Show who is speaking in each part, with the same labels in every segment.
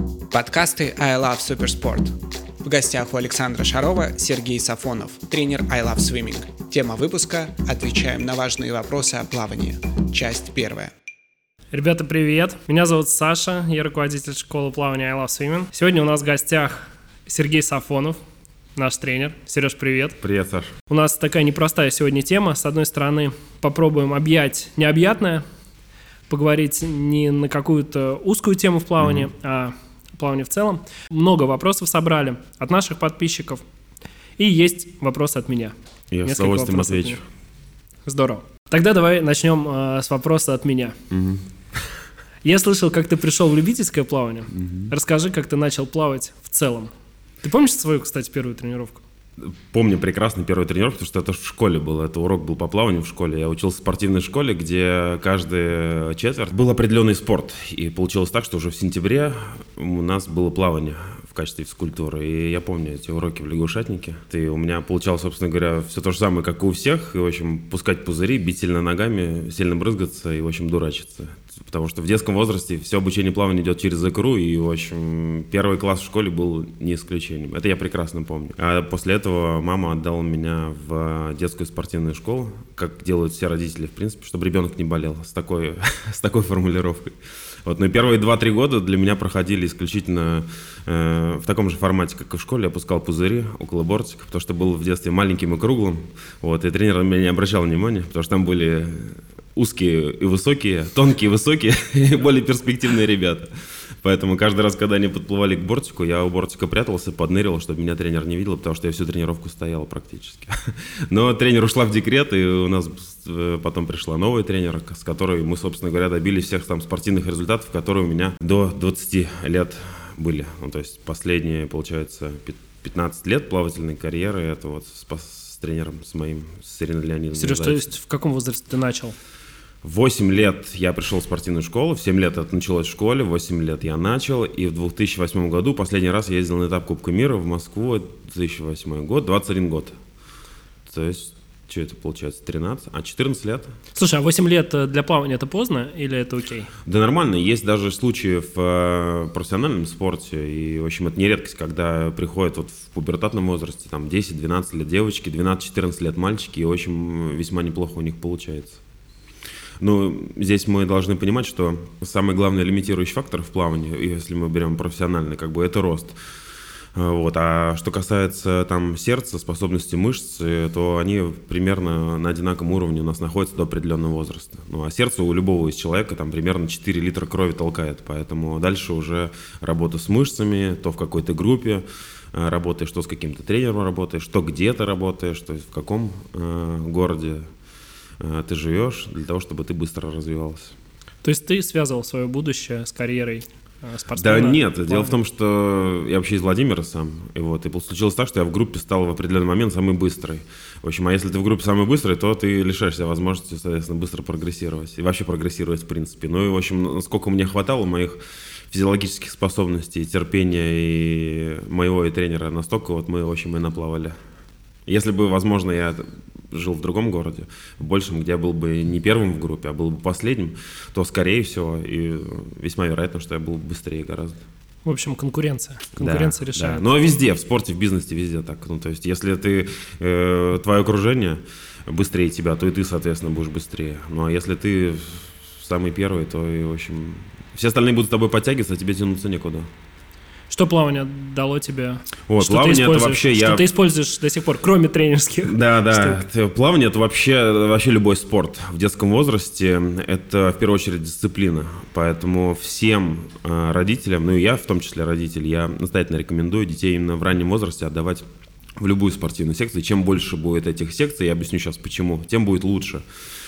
Speaker 1: Подкасты I Love Supersport. В гостях у Александра Шарова Сергей Сафонов, тренер I Love Swimming. Тема выпуска «Отвечаем на важные вопросы о плавании». Часть первая.
Speaker 2: Ребята, привет! Меня зовут Саша, я руководитель школы плавания I Love Swimming. Сегодня у нас в гостях Сергей Сафонов, наш тренер. Сереж, привет!
Speaker 3: Привет, Саш!
Speaker 2: У нас такая непростая сегодня тема. С одной стороны, попробуем объять необъятное, поговорить не на какую-то узкую тему в плавании, а плавании в целом. Много вопросов собрали от наших подписчиков. И есть вопросы от меня.
Speaker 3: Я с удовольствием отвечу.
Speaker 2: Здорово. Тогда давай начнем с вопроса от меня. Я слышал, как ты пришел в любительское плавание. Расскажи, как ты начал плавать в целом. Ты помнишь свою, кстати, первую тренировку?
Speaker 3: Помню прекрасно первую тренировку, потому что это в школе было. Это урок был по плаванию в школе. Я учился в спортивной школе, где каждый четверть был определенный спорт. И получилось так, что уже в сентябре у нас было плавание в качестве физкультуры. И я помню эти уроки в лягушатнике. И у меня получалось, собственно говоря, все то же самое, как и у всех. И, в общем, пускать пузыри, бить сильно ногами, сильно брызгаться и, в общем, дурачиться. Потому что в детском возрасте все обучение плаванию идет через икру. И, в общем, первый класс в школе был не исключением. Это я прекрасно помню. А после этого мама отдала меня в детскую спортивную школу, как делают все родители, в принципе, чтобы ребенок не болел, с такой формулировкой. Вот, но первые 2-3 года для меня проходили исключительно в таком же формате, как и в школе. Я пускал пузыри около бортика, потому что был в детстве маленьким и круглым. Вот, и тренер на меня не обращал внимания, потому что там были узкие и высокие, тонкие и высокие, и более перспективные ребята. Поэтому каждый раз, когда они подплывали к бортику, я у бортика прятался, подныривал, чтобы меня тренер не видел, потому что я всю тренировку стоял практически. Но тренер ушла в декрет, и у нас потом пришла новая тренер, с которой мы, собственно говоря, добились всех там спортивных результатов, которые у меня до 20 лет были. Ну, то есть последние, получается, 15 лет плавательной карьеры, это вот с тренером, с Ириной Леонидовной.
Speaker 2: Сереж, то есть в каком возрасте ты начал?
Speaker 3: В 8 лет я пришел в спортивную школу, в 7 лет это началось в школе, в 8 лет я начал, и в 2008 году последний раз я ездил на этап Кубка мира в Москву, 2008 год, 21 год. То есть, что это получается, 14 лет.
Speaker 2: Слушай, а 8 лет для плавания это поздно или это окей?
Speaker 3: Да нормально, есть даже случаи в профессиональном спорте, и, в общем, это не редкость, когда приходят вот в пубертатном возрасте, там, 10-12 лет девочки, 12-14 лет мальчики, и, в общем, весьма неплохо у них получается. Ну, здесь мы должны понимать, что самый главный лимитирующий фактор в плавании, если мы берем профессиональный, как бы это рост. Вот. А что касается там сердца, способности мышц, то они примерно на одинаковом уровне у нас находятся до определенного возраста. Ну, а сердце у любого из человека там примерно 4 литра крови толкает, поэтому дальше уже работа с мышцами, то в какой-то группе работаешь, что с каким-то тренером работаешь, что где-то работаешь, то есть в каком городе ты живешь, для того, чтобы ты быстро развивался. То
Speaker 2: есть ты связывал свое будущее с карьерой спортсмена?
Speaker 3: Да нет, дело в том, что я вообще из Владимира сам, и случилось так, что я в группе стал в определенный момент самый быстрый. В общем, а если ты в группе самый быстрый, то ты лишаешься возможности, соответственно, быстро прогрессировать, и вообще прогрессировать в принципе. Ну и, в общем, насколько мне хватало моих физиологических способностей, терпения и моего и тренера, настолько вот мы, в общем, и наплавали. Если бы, возможно, я жил в другом городе, в большем, где я был бы не первым в группе, а был бы последним, то, скорее всего, и весьма вероятно, что я был быстрее гораздо.
Speaker 2: В общем, конкуренция. Конкуренция решает.
Speaker 3: Да. Но везде, в спорте, в бизнесе, везде так. Ну, то есть, если ты, твое окружение быстрее тебя, то и ты, соответственно, будешь быстрее. Ну, а если ты самый первый, то, и, в общем, все остальные будут с тобой подтягиваться, а тебе тянуться некуда.
Speaker 2: Что плавание дало тебе?
Speaker 3: Вот,
Speaker 2: что
Speaker 3: плавание
Speaker 2: ты
Speaker 3: это вообще
Speaker 2: что ты используешь до сих пор, кроме тренерских?
Speaker 3: Да. Плавание это вообще любой спорт. В детском возрасте это в первую очередь дисциплина. Поэтому всем родителям, ну и я в том числе родитель, я настоятельно рекомендую детей именно в раннем возрасте отдавать в любую спортивную секцию. Чем больше будет этих секций, я объясню сейчас почему, тем будет лучше.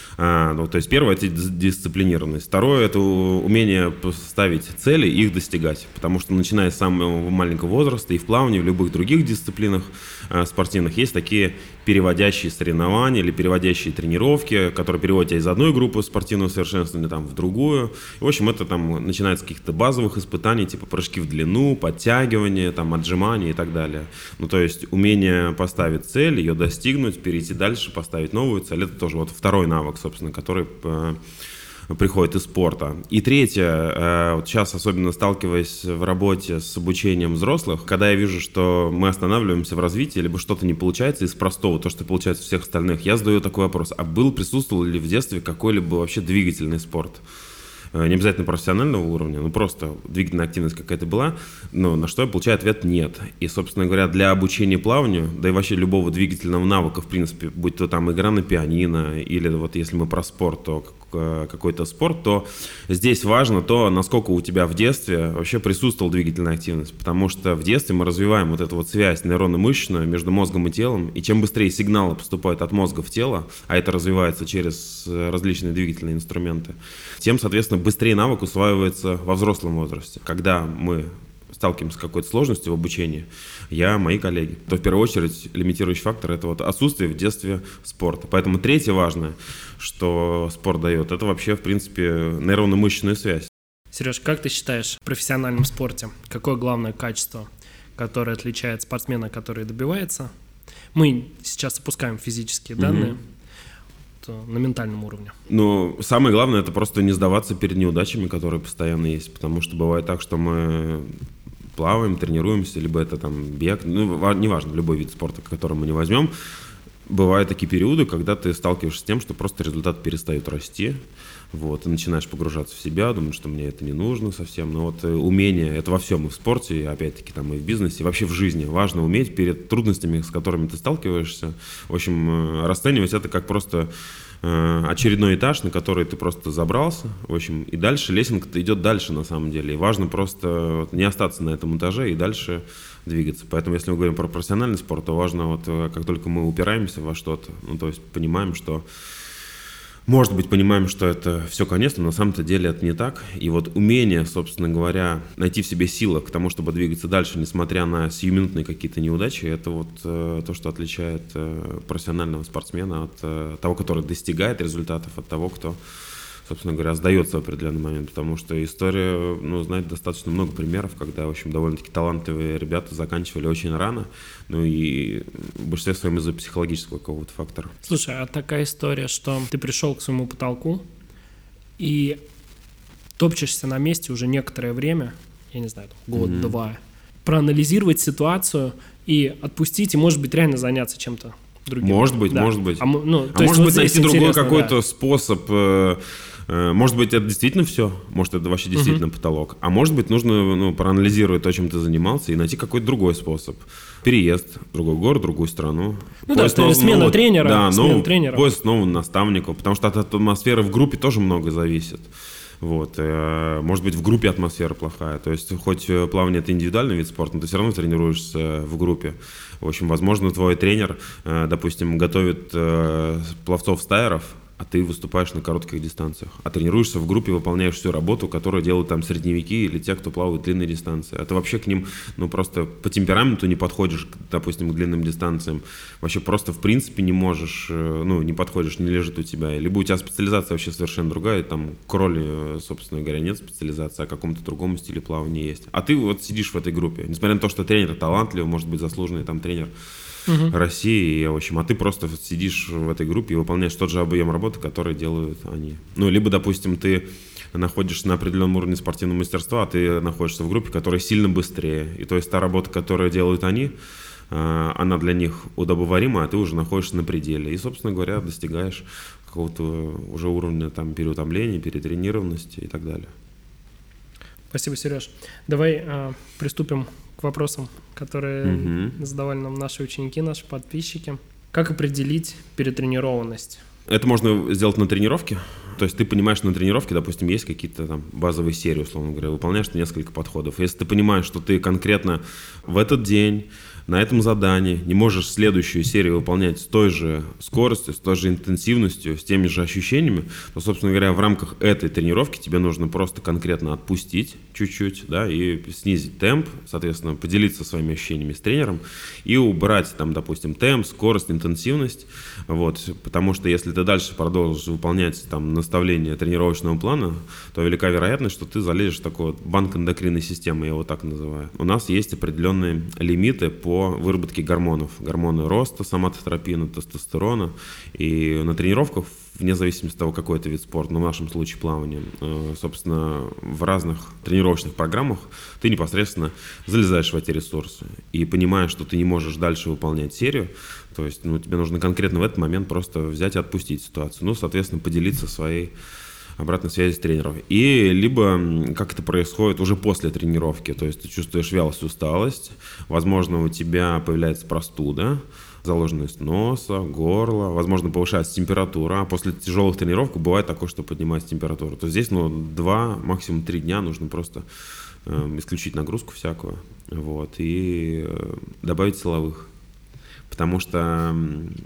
Speaker 3: То есть первое – это дисциплинированность. Второе – это умение ставить цели и их достигать. Потому что начиная с самого маленького возраста и в плавании, в любых других дисциплинах спортивных есть такие переводящие соревнования или переводящие тренировки, которые переводят тебя из одной группы спортивного совершенствования там, в другую. И, в общем, это там начинается с каких-то базовых испытаний, типа прыжки в длину, подтягивания, там, отжимания и так далее. Ну, то есть умение поставить цель, ее достигнуть, перейти дальше, поставить новую цель. Это тоже вот второй навык, собственно, который приходит из спорта. И третье, вот сейчас особенно сталкиваясь в работе с обучением взрослых, когда я вижу, что мы останавливаемся в развитии, либо что-то не получается из простого, то, что получается у всех остальных, я задаю такой вопрос: а присутствовал ли в детстве какой-либо вообще двигательный спорт? Не обязательно профессионального уровня, но просто двигательная активность какая-то была, но на что я получаю ответ нет. И, собственно говоря, для обучения плаванию, да и вообще любого двигательного навыка, в принципе, будь то там игра на пианино, или вот если мы про спорт, то какой-то спорт, то здесь важно то, насколько у тебя в детстве вообще присутствовала двигательная активность, потому что в детстве мы развиваем вот эту вот связь нейронно-мышечную между мозгом и телом, и чем быстрее сигналы поступают от мозга в тело, а это развивается через различные двигательные инструменты, тем, соответственно, быстрее навык усваивается во взрослом возрасте. Когда мы сталкиваемся с какой-то сложностью в обучении, мои коллеги, то в первую очередь лимитирующий фактор — это вот отсутствие в детстве спорта. Поэтому третье важное, что спорт дает, это вообще, в принципе, нейронно-мышечную связь.
Speaker 2: Сереж, как ты считаешь, в профессиональном спорте какое главное качество, которое отличает спортсмена, который добивается? Мы сейчас опускаем физические данные, на ментальном уровне.
Speaker 3: Ну, самое главное — это просто не сдаваться перед неудачами, которые постоянно есть, потому что бывает так, что мы плаваем, тренируемся, либо это там бег, неважно, любой вид спорта, который мы не возьмем, бывают такие периоды, когда ты сталкиваешься с тем, что просто результат перестает расти, вот, и начинаешь погружаться в себя, думаешь, что мне это не нужно совсем, но вот умение, это во всем, и в спорте, и опять-таки там и в бизнесе, и вообще в жизни, важно уметь перед трудностями, с которыми ты сталкиваешься, в общем, расценивать это как просто очередной этаж, на который ты просто забрался, в общем, и дальше лесенка-то идет дальше на самом деле, и важно просто не остаться на этом этаже и дальше двигаться. Поэтому, если мы говорим про профессиональный спорт, то важно, вот как только мы упираемся во что-то, ну, то есть понимаем, что может быть, понимаем, что это все конец, но на самом-то деле это не так. И вот умение, собственно говоря, найти в себе силы к тому, чтобы двигаться дальше, несмотря на сиюминутные какие-то неудачи, это вот то, что отличает профессионального спортсмена от того, который достигает результатов, от того, кто, собственно говоря, сдается в определенный момент. Потому что история, знает достаточно много примеров, когда, в общем, довольно-таки талантливые ребята заканчивали очень рано, и в большинстве своем из-за психологического какого-то фактора.
Speaker 2: Слушай, а такая история, что ты пришел к своему потолку и топчешься на месте уже некоторое время, я не знаю, год-два, проанализировать ситуацию и отпустить, и, может быть, реально заняться чем-то другим.
Speaker 3: Может быть.
Speaker 2: То есть
Speaker 3: может быть, найти другой какой-то способ. Может быть, это действительно все, может, это вообще действительно потолок. А может быть, нужно проанализировать то, чем ты занимался, и найти какой-то другой способ. Переезд в другой город, в другую страну.
Speaker 2: Смена тренера.
Speaker 3: Поиск нового наставника, потому что от атмосферы в группе тоже много зависит. Вот. Может быть, в группе атмосфера плохая. То есть, хоть плавание — это индивидуальный вид спорта, но ты все равно тренируешься в группе. В общем, возможно, твой тренер, допустим, готовит пловцов-стайеров, а ты выступаешь на коротких дистанциях. А тренируешься в группе, выполняешь всю работу, которую делают там средневики или те, кто плавают длинные дистанции. А ты вообще к ним, просто по темпераменту не подходишь, допустим, к длинным дистанциям. Вообще просто в принципе не можешь, не подходишь, не лежит у тебя. Либо у тебя специализация вообще совершенно другая, там к роли, собственно говоря, нет специализации, а к какому-то другому стиле плавания есть. А ты вот сидишь в этой группе. Несмотря на то, что тренер талантливый, может быть, заслуженный там тренер России, и, в общем, а ты просто сидишь в этой группе и выполняешь тот же объем работы, который делают они. Либо, допустим, ты находишься на определенном уровне спортивного мастерства, а ты находишься в группе, которая сильно быстрее. И то есть та работа, которую делают они, она для них удобоварима, а ты уже находишься на пределе. И, собственно говоря, достигаешь какого-то уже уровня там переутомления, перетренированности и так далее.
Speaker 2: Спасибо, Сереж. Давай приступим к вопросам, которые задавали нам наши ученики, наши подписчики. Как определить перетренированность?
Speaker 3: Это можно сделать на тренировке. То есть ты понимаешь, что на тренировке, допустим, есть какие-то там базовые серии, условно говоря, выполняешь ты несколько подходов. Если ты понимаешь, что ты конкретно в этот день на этом задании не можешь следующую серию выполнять с той же скоростью, с той же интенсивностью, с теми же ощущениями, то, собственно говоря, в рамках этой тренировки тебе нужно просто конкретно отпустить чуть-чуть, да, и снизить темп, соответственно, поделиться своими ощущениями с тренером и убрать там, допустим, темп, скорость, интенсивность, вот, потому что если ты дальше продолжишь выполнять там наставления тренировочного плана, то велика вероятность, что ты залезешь в такой вот банк эндокринной системы, я его так называю. У нас есть определенные лимиты по по выработке гормонов. Гормоны роста, соматотропина, тестостерона. И на тренировках, вне зависимости от того, какой это вид спорта, но в нашем случае плавание, собственно, в разных тренировочных программах ты непосредственно залезаешь в эти ресурсы. И понимаешь, что ты не можешь дальше выполнять серию, то есть тебе нужно конкретно в этот момент просто взять и отпустить ситуацию. Соответственно, поделиться своей обратной связи с тренером. И либо, как это происходит уже после тренировки, то есть ты чувствуешь вялость, усталость, возможно, у тебя появляется простуда, заложенность носа, горла, возможно, повышается температура, а после тяжелых тренировок бывает такое, что поднимается температура. То здесь 2, максимум 3 дня нужно просто исключить нагрузку всякую, и добавить силовых. Потому что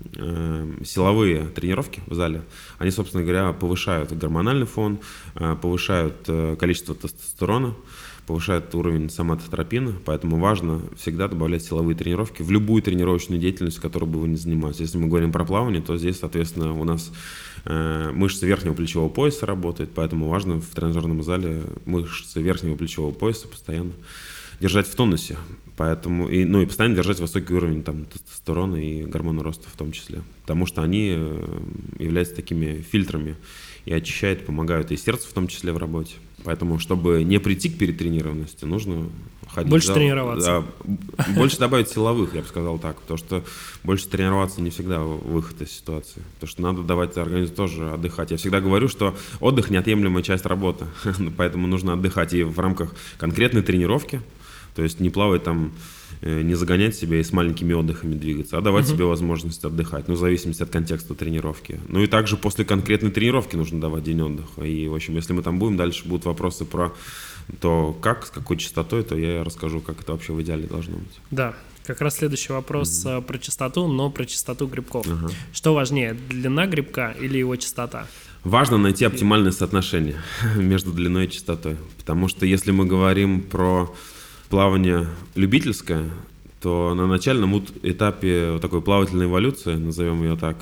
Speaker 3: силовые тренировки в зале, они, собственно говоря, повышают гормональный фон, повышают количество тестостерона, повышают уровень соматотропина, поэтому важно всегда добавлять силовые тренировки в любую тренировочную деятельность, которой бы вы ни занимались. Если мы говорим про плавание, то здесь, соответственно, у нас мышцы верхнего плечевого пояса работают, поэтому важно в тренажерном зале мышцы верхнего плечевого пояса постоянно держать в тонусе, поэтому и постоянно держать высокий уровень тестостерона и гормона роста в том числе, потому что они являются такими фильтрами и очищают, помогают и сердцу в том числе в работе. Поэтому, чтобы не прийти к перетренированности, нужно ходить
Speaker 2: больше
Speaker 3: в зал,
Speaker 2: тренироваться.
Speaker 3: Больше добавить силовых, я бы сказал так, потому что больше тренироваться не всегда выход из ситуации, потому что надо давать организму тоже отдыхать. Я всегда говорю, что отдых – неотъемлемая часть работы, поэтому нужно отдыхать и в рамках конкретной тренировки. То есть не плавать не загонять себя и с маленькими отдыхами двигаться, а давать себе возможность отдыхать, в зависимости от контекста тренировки. И также после конкретной тренировки нужно давать день отдыха. И, в общем, если мы там будем, дальше будут вопросы про то, с какой частотой, то я расскажу, как это вообще в идеале должно быть.
Speaker 2: Да, как раз следующий вопрос про частоту, но про частоту грибков. Что важнее, длина грибка или его частота?
Speaker 3: Важно найти оптимальное соотношение между длиной и частотой, потому что если мы говорим про плавание любительское, то на начальном этапе такой плавательной эволюции, назовем ее так,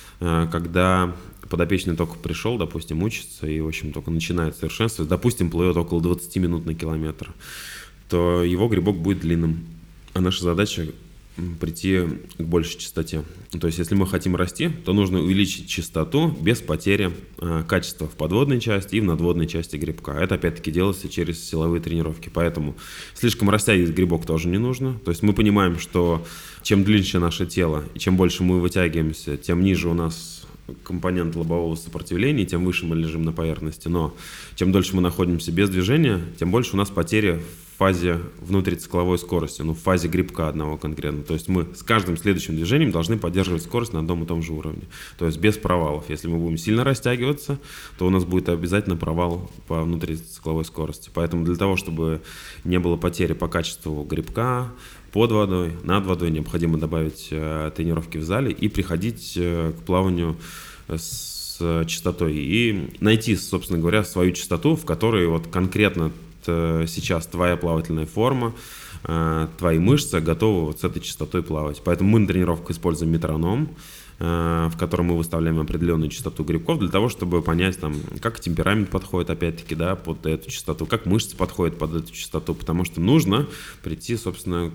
Speaker 3: когда подопечный только пришел, допустим, учится и, в общем, только начинает совершенствовать, допустим, плывет около 20 минут на километр, то его грибок будет длинным. А наша задача прийти к большей частоте. То есть, если мы хотим расти, то нужно увеличить частоту без потери качества в подводной части и в надводной части грибка. Это, опять-таки, делается через силовые тренировки. Поэтому слишком растягивать грибок тоже не нужно. То есть, мы понимаем, что чем длиннее наше тело, и чем больше мы вытягиваемся, тем ниже у нас компонент лобового сопротивления, тем выше мы лежим на поверхности. Но чем дольше мы находимся без движения, тем больше у нас потери в фазе внутрицикловой скорости, в фазе грибка одного конкретно. То есть мы с каждым следующим движением должны поддерживать скорость на одном и том же уровне. То есть без провалов. Если мы будем сильно растягиваться, то у нас будет обязательно провал по внутрицикловой скорости. Поэтому для того, чтобы не было потери по качеству грибка, под водой, над водой, необходимо добавить тренировки в зале и приходить к плаванию с частотой и найти, собственно говоря, свою частоту, в которой конкретно сейчас твоя плавательная форма, твои мышцы готовы с этой частотой плавать. Поэтому мы на тренировках используем метроном, в котором мы выставляем определенную частоту грибков для того, чтобы понять, как темперамент подходит, опять-таки, под эту частоту, как мышцы подходят под эту частоту, потому что нужно прийти, собственно,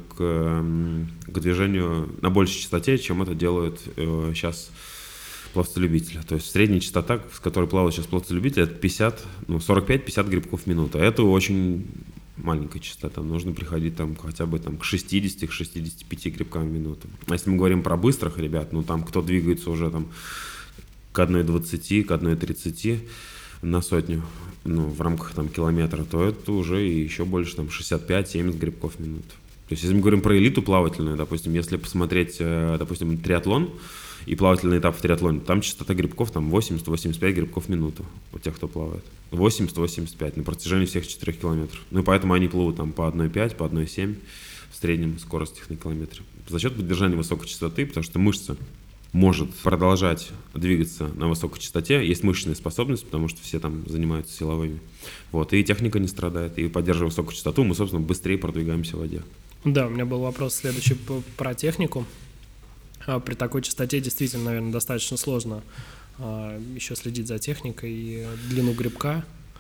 Speaker 3: к движению на большей частоте, чем это делают сейчас пловцелюбители. То есть средняя частота, с которой плавают сейчас пловцелюбители, это 45-50 грибков в минуту. Это очень маленькая частота. Нужно приходить хотя бы к 60-65 грибкам в минуту. А если мы говорим про быстрых ребят, кто двигается уже к 1,20, к 1,30 на сотню, в рамках километра, то это уже и еще больше, 65-70 грибков в минуту. То есть если мы говорим про элиту плавательную, допустим, если посмотреть, допустим, триатлон, и плавательный этап в триатлоне, там частота грибков 80-85 грибков в минуту у тех, кто плавает. 80-85 на протяжении всех 4 километров. И поэтому они плывут по 1,5, по 1,7 в среднем скорости на километре. За счет поддержания высокой частоты, потому что мышца может продолжать двигаться на высокой частоте. Есть мышечная способность, потому что все занимаются силовыми. И техника не страдает. И поддерживая высокую частоту, мы, собственно, быстрее продвигаемся в воде.
Speaker 2: Да, у меня был вопрос следующий про технику. При такой частоте действительно, наверное, достаточно сложно еще следить за техникой и длину грибка.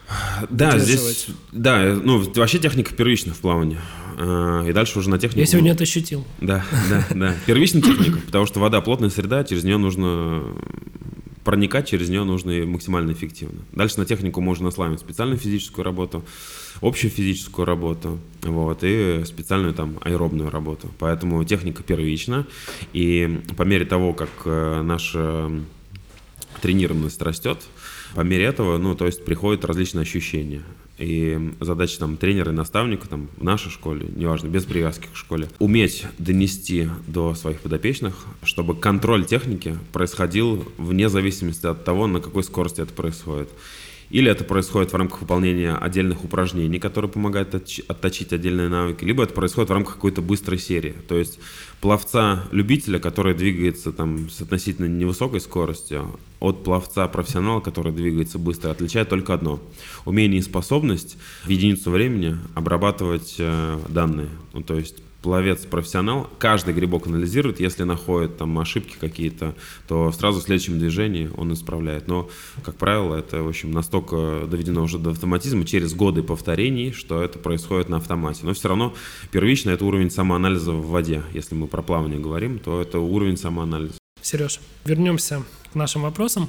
Speaker 3: Да, здесь, вообще техника первична в плавании. И дальше уже на технику.
Speaker 2: Я сегодня это ощутил.
Speaker 3: Да. Первичная техника, потому что вода плотная среда, через нее нужно проникать, через нее нужно и максимально эффективно. Дальше на технику можно наслаивать специальную физическую работу, общую физическую работу, и специальную там аэробную работу. Поэтому техника первична, и по мере того, как наша тренированность растет, по мере этого, приходят различные ощущения. И задача тренера и наставника в нашей школе, неважно, без привязки к школе, уметь донести до своих подопечных, чтобы контроль техники происходил вне зависимости от того, на какой скорости это происходит. Или это происходит в рамках выполнения отдельных упражнений, которые помогают отточить отдельные навыки, либо это происходит в рамках какой-то быстрой серии. То есть пловца-любителя, который двигается с относительно невысокой скоростью, от пловца-профессионала, который двигается быстро, отличает только одно – умение и способность в единицу времени обрабатывать данные. То есть пловец-профессионал каждый грибок анализирует, если находит ошибки какие-то, то сразу в следующем движении он исправляет. Но, как правило, это, настолько доведено уже до автоматизма через годы повторений, что это происходит на автомате. Но все равно первично это уровень самоанализа в воде. Если мы про плавание говорим, то это уровень самоанализа.
Speaker 2: Сереж, вернемся к нашим вопросам.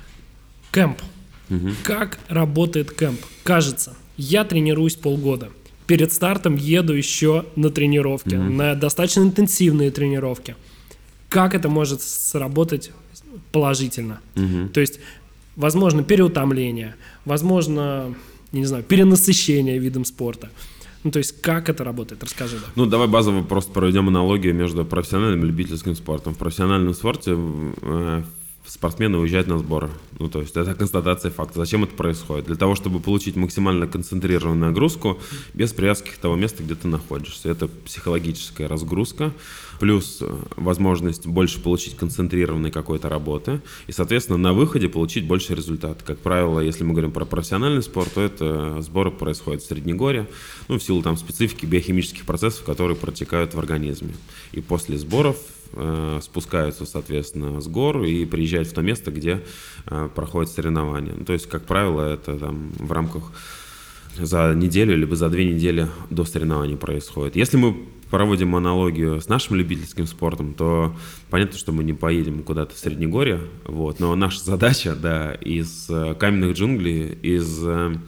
Speaker 2: Кэмп. Как работает кэмп? Кажется, я тренируюсь полгода. Перед стартом еду еще на тренировки, на достаточно интенсивные тренировки. Как это может сработать положительно? То есть, возможно, переутомление, возможно, перенасыщение видом спорта. То есть, как это работает? Расскажи. Да.
Speaker 3: Давай базово просто проведем аналогию между профессиональным и любительским спортом. В профессиональном спорте спортсмены уезжают на сборы. То есть это констатация факта. Зачем это происходит? Для того, чтобы получить максимально концентрированную нагрузку без привязки к тому месту, где ты находишься. Это психологическая разгрузка, плюс возможность больше получить концентрированной какой-то работы и, соответственно, на выходе получить больше результат. Как правило, если мы говорим про профессиональный спорт, то это сборы происходят в Среднегорье, в силу специфики биохимических процессов, которые протекают в организме. И после сборов спускаются, соответственно, с гор и приезжают в то место, где проходят соревнования. То есть, как правило, это в рамках за неделю либо за 2 недели до соревнований происходит. Если мы проводим аналогию с нашим любительским спортом, то понятно, что мы не поедем куда-то в Среднегорье, но наша задача, из каменных джунглей, из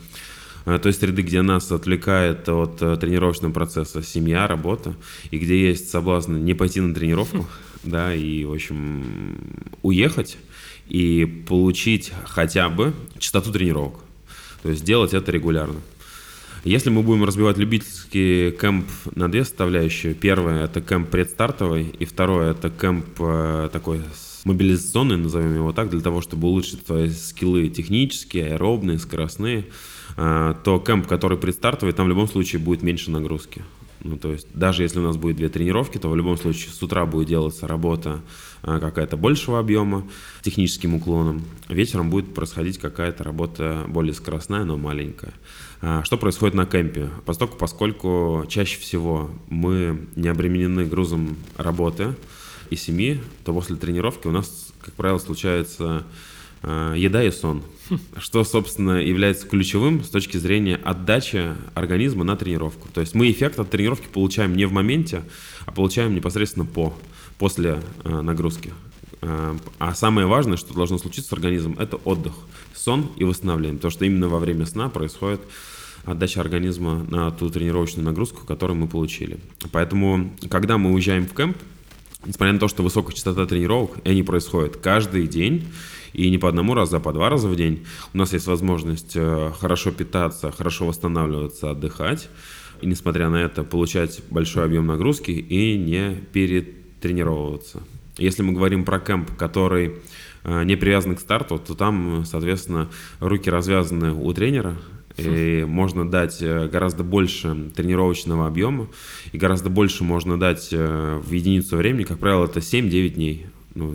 Speaker 3: той среды, где нас отвлекает от тренировочного процесса семья, работа, и где есть соблазн не пойти на тренировку, и, в общем, уехать и получить хотя бы частоту тренировок. То есть делать это регулярно. Если мы будем разбивать любительский кэмп на 2 составляющие, первое – это кэмп предстартовый, и второе – это кэмп такой мобилизационный, назовем его так, для того, чтобы улучшить твои скиллы технические, аэробные, скоростные, то кэмп, который предстартовый, там в любом случае будет меньше нагрузки. То есть даже если у нас будет 2 тренировки, то в любом случае с утра будет делаться работа какая-то большего объема техническим уклоном, вечером будет происходить какая-то работа более скоростная, но маленькая. Что происходит на кемпе? Поскольку чаще всего мы не обременены грузом работы и семьи, то после тренировки у нас, как правило, случается еда и сон, что, собственно, является ключевым с точки зрения отдачи организма на тренировку. То есть мы эффект от тренировки получаем не в моменте, а получаем непосредственно после нагрузки. А самое важное, что должно случиться с организмом, это отдых, сон и восстановление. Потому что именно во время сна происходит отдача организма на ту тренировочную нагрузку, которую мы получили. Поэтому, когда мы уезжаем в кемп, несмотря на то, что высокая частота тренировок, и они происходят каждый день, и не по одному разу, а по 2 раза в день, у нас есть возможность хорошо питаться, хорошо восстанавливаться, отдыхать, и, несмотря на это, получать большой объем нагрузки и не перетренировываться. Если мы говорим про кемп, который не привязан к старту, то там, соответственно, руки развязаны у тренера, и можно дать гораздо больше тренировочного объема, и гораздо больше можно дать в единицу времени, как правило, это 7-9 дней.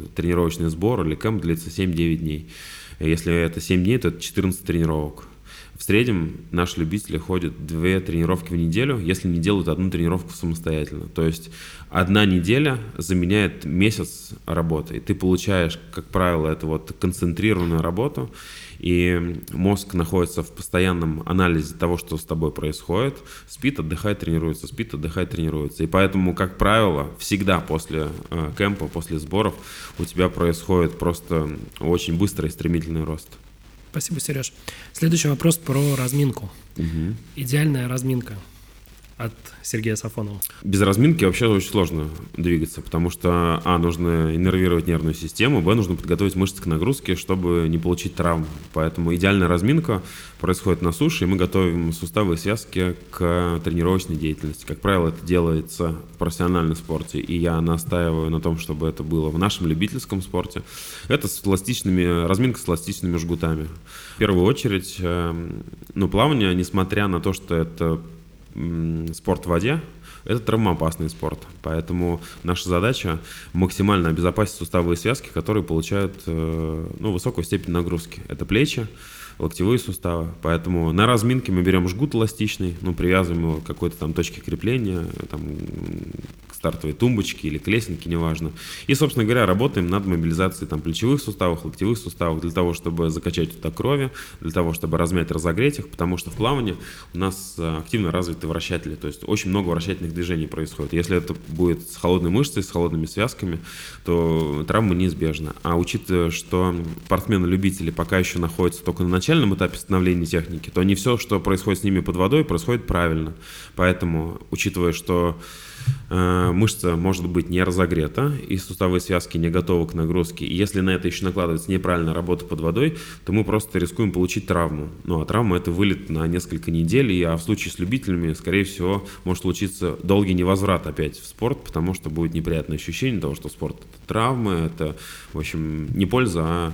Speaker 3: Тренировочный сбор или кэмп длится 7-9 дней. Если это 7 дней, то это 14 тренировок. В среднем наши любители ходят 2 тренировки в неделю, если не делают одну тренировку самостоятельно. То есть 1 неделя заменяет месяц работы. И ты получаешь, как правило, эту вот концентрированную работу, и мозг находится в постоянном анализе того, что с тобой происходит. Спит, отдыхает, тренируется, спит, отдыхает, тренируется. И поэтому, как правило, всегда после кемпа, после сборов у тебя происходит просто очень быстрый и стремительный рост.
Speaker 2: Спасибо, Сереж. Следующий вопрос про разминку. Идеальная разминка от Сергея Сафонова.
Speaker 3: Без разминки вообще очень сложно двигаться, потому что, нужно иннервировать нервную систему, нужно подготовить мышцы к нагрузке, чтобы не получить травм. Поэтому идеальная разминка происходит на суше, и мы готовим суставы и связки к тренировочной деятельности. Как правило, это делается в профессиональном спорте, и я настаиваю на том, чтобы это было в нашем любительском спорте. Это разминка с эластичными жгутами. В первую очередь, плавание, несмотря на то, что это спорт в воде, это травмоопасный спорт. Поэтому наша задача максимально обезопасить суставы и связки, которые получают высокую степень нагрузки. Это плечи, локтевые суставы. Поэтому на разминке мы берем жгут эластичный, привязываем его к какой-то там точке крепления, к стартовой тумбочке или к лесенке, неважно. И, собственно говоря, работаем над мобилизацией плечевых суставов, локтевых суставов для того, чтобы закачать туда крови, для того, чтобы размять, разогреть их, потому что в плавании у нас активно развиты вращатели, то есть очень много вращательных движений происходит. Если это будет с холодной мышцей, с холодными связками, то травма неизбежна. А учитывая, что спортсмены-любители пока еще находятся только на начальном этапе становления техники, то не все, что происходит с ними под водой, происходит правильно. Поэтому, учитывая, что мышца может быть не разогрета, и суставы и связки не готовы к нагрузке, и если на это еще накладывается неправильная работа под водой, то мы просто рискуем получить травму. А травма — это вылет на несколько недель, а в случае с любителями, скорее всего, может случиться долгий невозврат опять в спорт, потому что будет неприятное ощущение того, что спорт — это травмы, это, в общем, не польза, а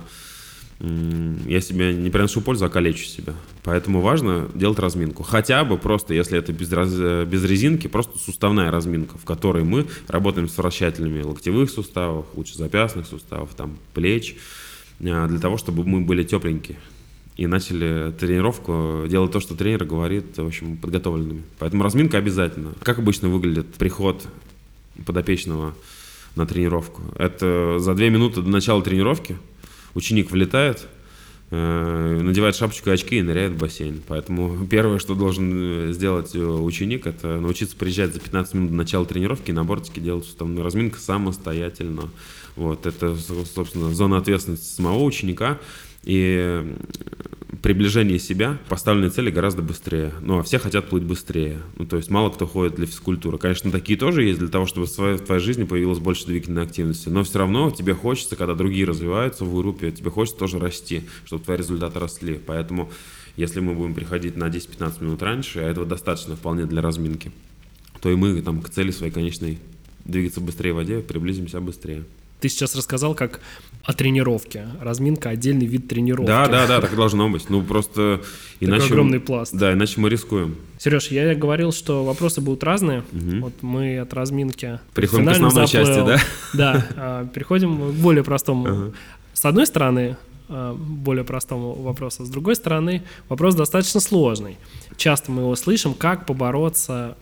Speaker 3: я себе не приношу пользу, а калечу себя. Поэтому важно делать разминку. Хотя бы просто, если это без резинки, просто суставная разминка, в которой мы работаем с вращателями локтевых суставов, лучезапястных суставов, плеч, для того, чтобы мы были тепленькие и начали тренировку делать то, что тренер говорит, в общем, подготовленными. Поэтому разминка обязательно. Как обычно выглядит приход подопечного на тренировку? Это за 2 минуты до начала тренировки ученик влетает, надевает шапочку и очки и ныряет в бассейн. Поэтому первое, что должен сделать ученик, это научиться приезжать за 15 минут до начала тренировки и на бортике делать суставную разминку самостоятельно. Это, собственно, зона ответственности самого ученика. И приближение себя к поставленной цели гораздо быстрее. А все хотят плыть быстрее. То есть мало кто ходит для физкультуры. Конечно, такие тоже есть для того, чтобы в твоей жизни появилось больше двигательной активности. Но все равно тебе хочется, когда другие развиваются в группе, тебе хочется тоже расти, чтобы твои результаты росли. Поэтому, если мы будем приходить на 10-15 минут раньше, а этого достаточно вполне для разминки, то и мы к цели своей конечной двигаться быстрее в воде приблизимся быстрее.
Speaker 2: Ты сейчас рассказал как о тренировке. Разминка — отдельный вид тренировки.
Speaker 3: Да, так и должно быть. Просто иначе...
Speaker 2: Такой огромный пласт.
Speaker 3: Да, иначе мы рискуем.
Speaker 2: Сереж, я говорил, что вопросы будут разные. Мы от разминки...
Speaker 3: Переходим к основной части, да?
Speaker 2: Да, переходим к более простому. С одной стороны, более простому вопросу. С другой стороны, вопрос достаточно сложный. Часто мы его слышим, как побороть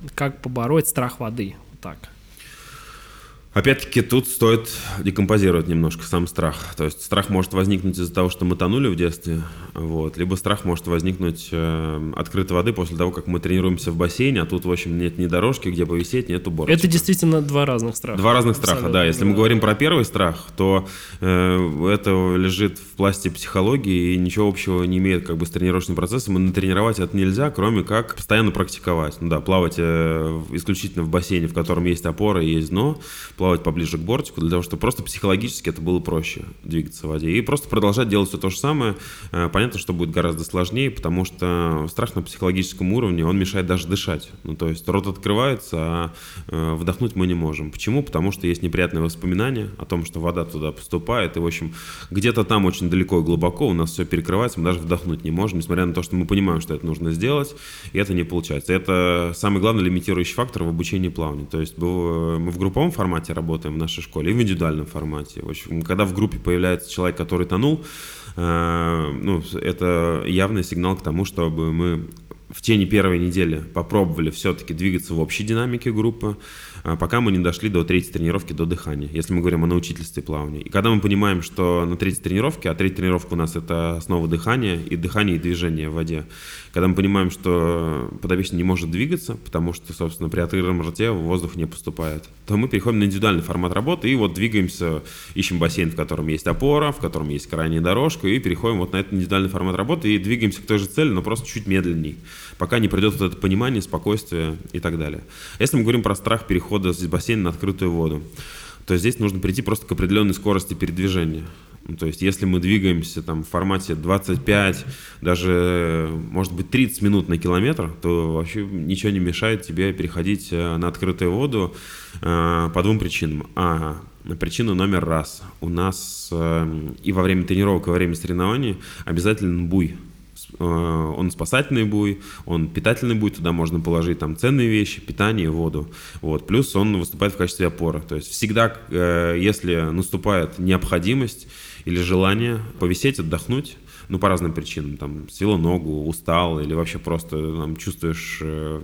Speaker 2: страх воды. Вот так.
Speaker 3: Опять-таки тут стоит декомпозировать немножко сам страх. То есть страх может возникнуть из-за того, что мы тонули в детстве, либо страх может возникнуть открытой воды после того, как мы тренируемся в бассейне, а тут, в общем, нет ни дорожки, где повисеть, нет уборочки.
Speaker 2: Это действительно 2 разных страха.
Speaker 3: 2 разных страха, да. Если мы говорим про первый страх, то это лежит в пласте психологии и ничего общего не имеет с тренировочным процессом. И натренировать это нельзя, кроме как постоянно практиковать. Плавать исключительно в бассейне, в котором есть опора и есть дно, плавать поближе к бортику, для того, чтобы просто психологически это было проще двигаться в воде. И просто продолжать делать все то же самое. Понятно, что будет гораздо сложнее, потому что страх на психологическом уровне, он мешает даже дышать. То есть рот открывается, а вдохнуть мы не можем. Почему? Потому что есть неприятные воспоминания о том, что вода туда поступает, и, в общем, где-то там очень далеко и глубоко у нас все перекрывается, мы даже вдохнуть не можем, несмотря на то, что мы понимаем, что это нужно сделать, и это не получается. Это самый главный лимитирующий фактор в обучении плаванию. То есть мы в групповом формате работаем в нашей школе, и в индивидуальном формате. В общем, когда в группе появляется человек, который тонул, это явный сигнал к тому, чтобы мы в течение первой недели попробовали все-таки двигаться в общей динамике группы, пока мы не дошли до третьей тренировки, до дыхания, если мы говорим о научительстве плавания. И когда мы понимаем, что на третьей тренировке, а третья тренировка у нас это основа дыхания и движения в воде, когда мы понимаем, что подопечный не может двигаться, потому что, собственно, при открытом рте воздух не поступает, то мы переходим на индивидуальный формат работы и вот двигаемся, ищем бассейн, в котором есть опора, в котором есть крайняя дорожка, и переходим вот на этот индивидуальный формат работы и двигаемся к той же цели, но просто чуть медленнее, пока не придет вот это понимание, спокойствие и так далее. Если мы говорим про страх перехода с бассейна на открытую воду, то здесь нужно прийти просто к определенной скорости передвижения. То есть, если мы двигаемся там в формате 25, даже, может быть, 30 минут на километр, то вообще ничего не мешает тебе переходить на открытую воду по двум причинам. Причина номер раз. У нас и во время тренировок, и во время соревнований обязателен буй. Он спасательный буй, он питательный буй, туда можно положить там ценные вещи, питание, воду. Вот. Плюс он выступает в качестве опоры. То есть всегда, если наступает необходимость или желание повисеть, отдохнуть, по разным причинам, там, свело ногу, устал или вообще просто там, чувствуешь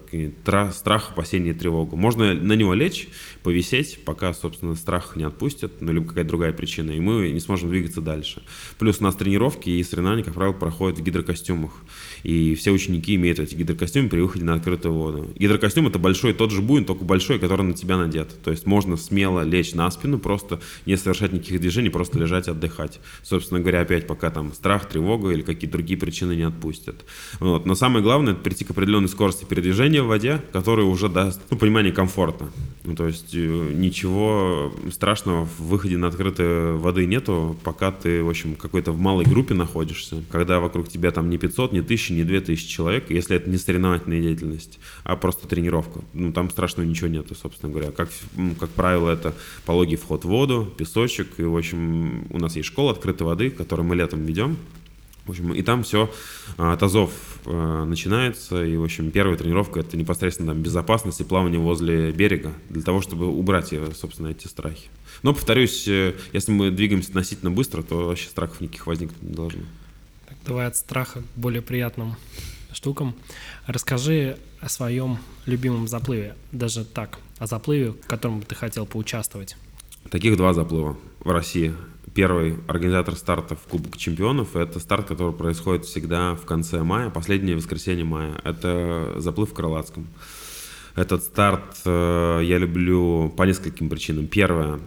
Speaker 3: страх, опасение, тревогу. Можно на него лечь, повисеть, пока, собственно, страх не отпустит, либо какая-то другая причина, и мы не сможем двигаться дальше. Плюс у нас тренировки и соревнования, как правило, проходят в гидрокостюмах, и все ученики имеют эти гидрокостюмы при выходе на открытую воду. Гидрокостюм — это большой тот же буй, только большой, который на тебя надет. То есть можно смело лечь на спину, просто не совершать никаких движений, просто лежать, отдыхать. Собственно говоря, опять пока там страх, тревога или какие-то другие причины не отпустят. Вот. Но самое главное — это прийти к определенной скорости передвижения в воде, которая уже даст понимание комфорта. То есть ничего страшного в выходе на открытую воды нету, пока ты, в общем, какой-то в малой группе находишься, когда вокруг тебя там не 500, не 1000, не 2000 человек, если это не соревновательная деятельность, а просто тренировка. Там страшного ничего нету, собственно говоря. Как правило, это пологий вход в воду, песочек, и, в общем, у нас есть школа открытой воды, которую мы летом ведем. В общем, и там все от азов начинается, и, в общем, первая тренировка — это непосредственно там безопасность и плавание возле берега, для того, чтобы убрать, собственно, эти страхи. Но, повторюсь, если мы двигаемся относительно быстро, то вообще страхов никаких возникнуть не должно.
Speaker 2: Так, давай от страха к более приятным штукам. Расскажи о своем любимом заплыве, даже так, о заплыве, в котором ты хотел поучаствовать.
Speaker 3: Таких 2 заплыва в России. Первый — организатор стартов Кубок чемпионов. Это старт, который происходит всегда в конце мая, последнее воскресенье мая. Это заплыв в Крылатском. Этот старт я люблю по нескольким причинам. Первое,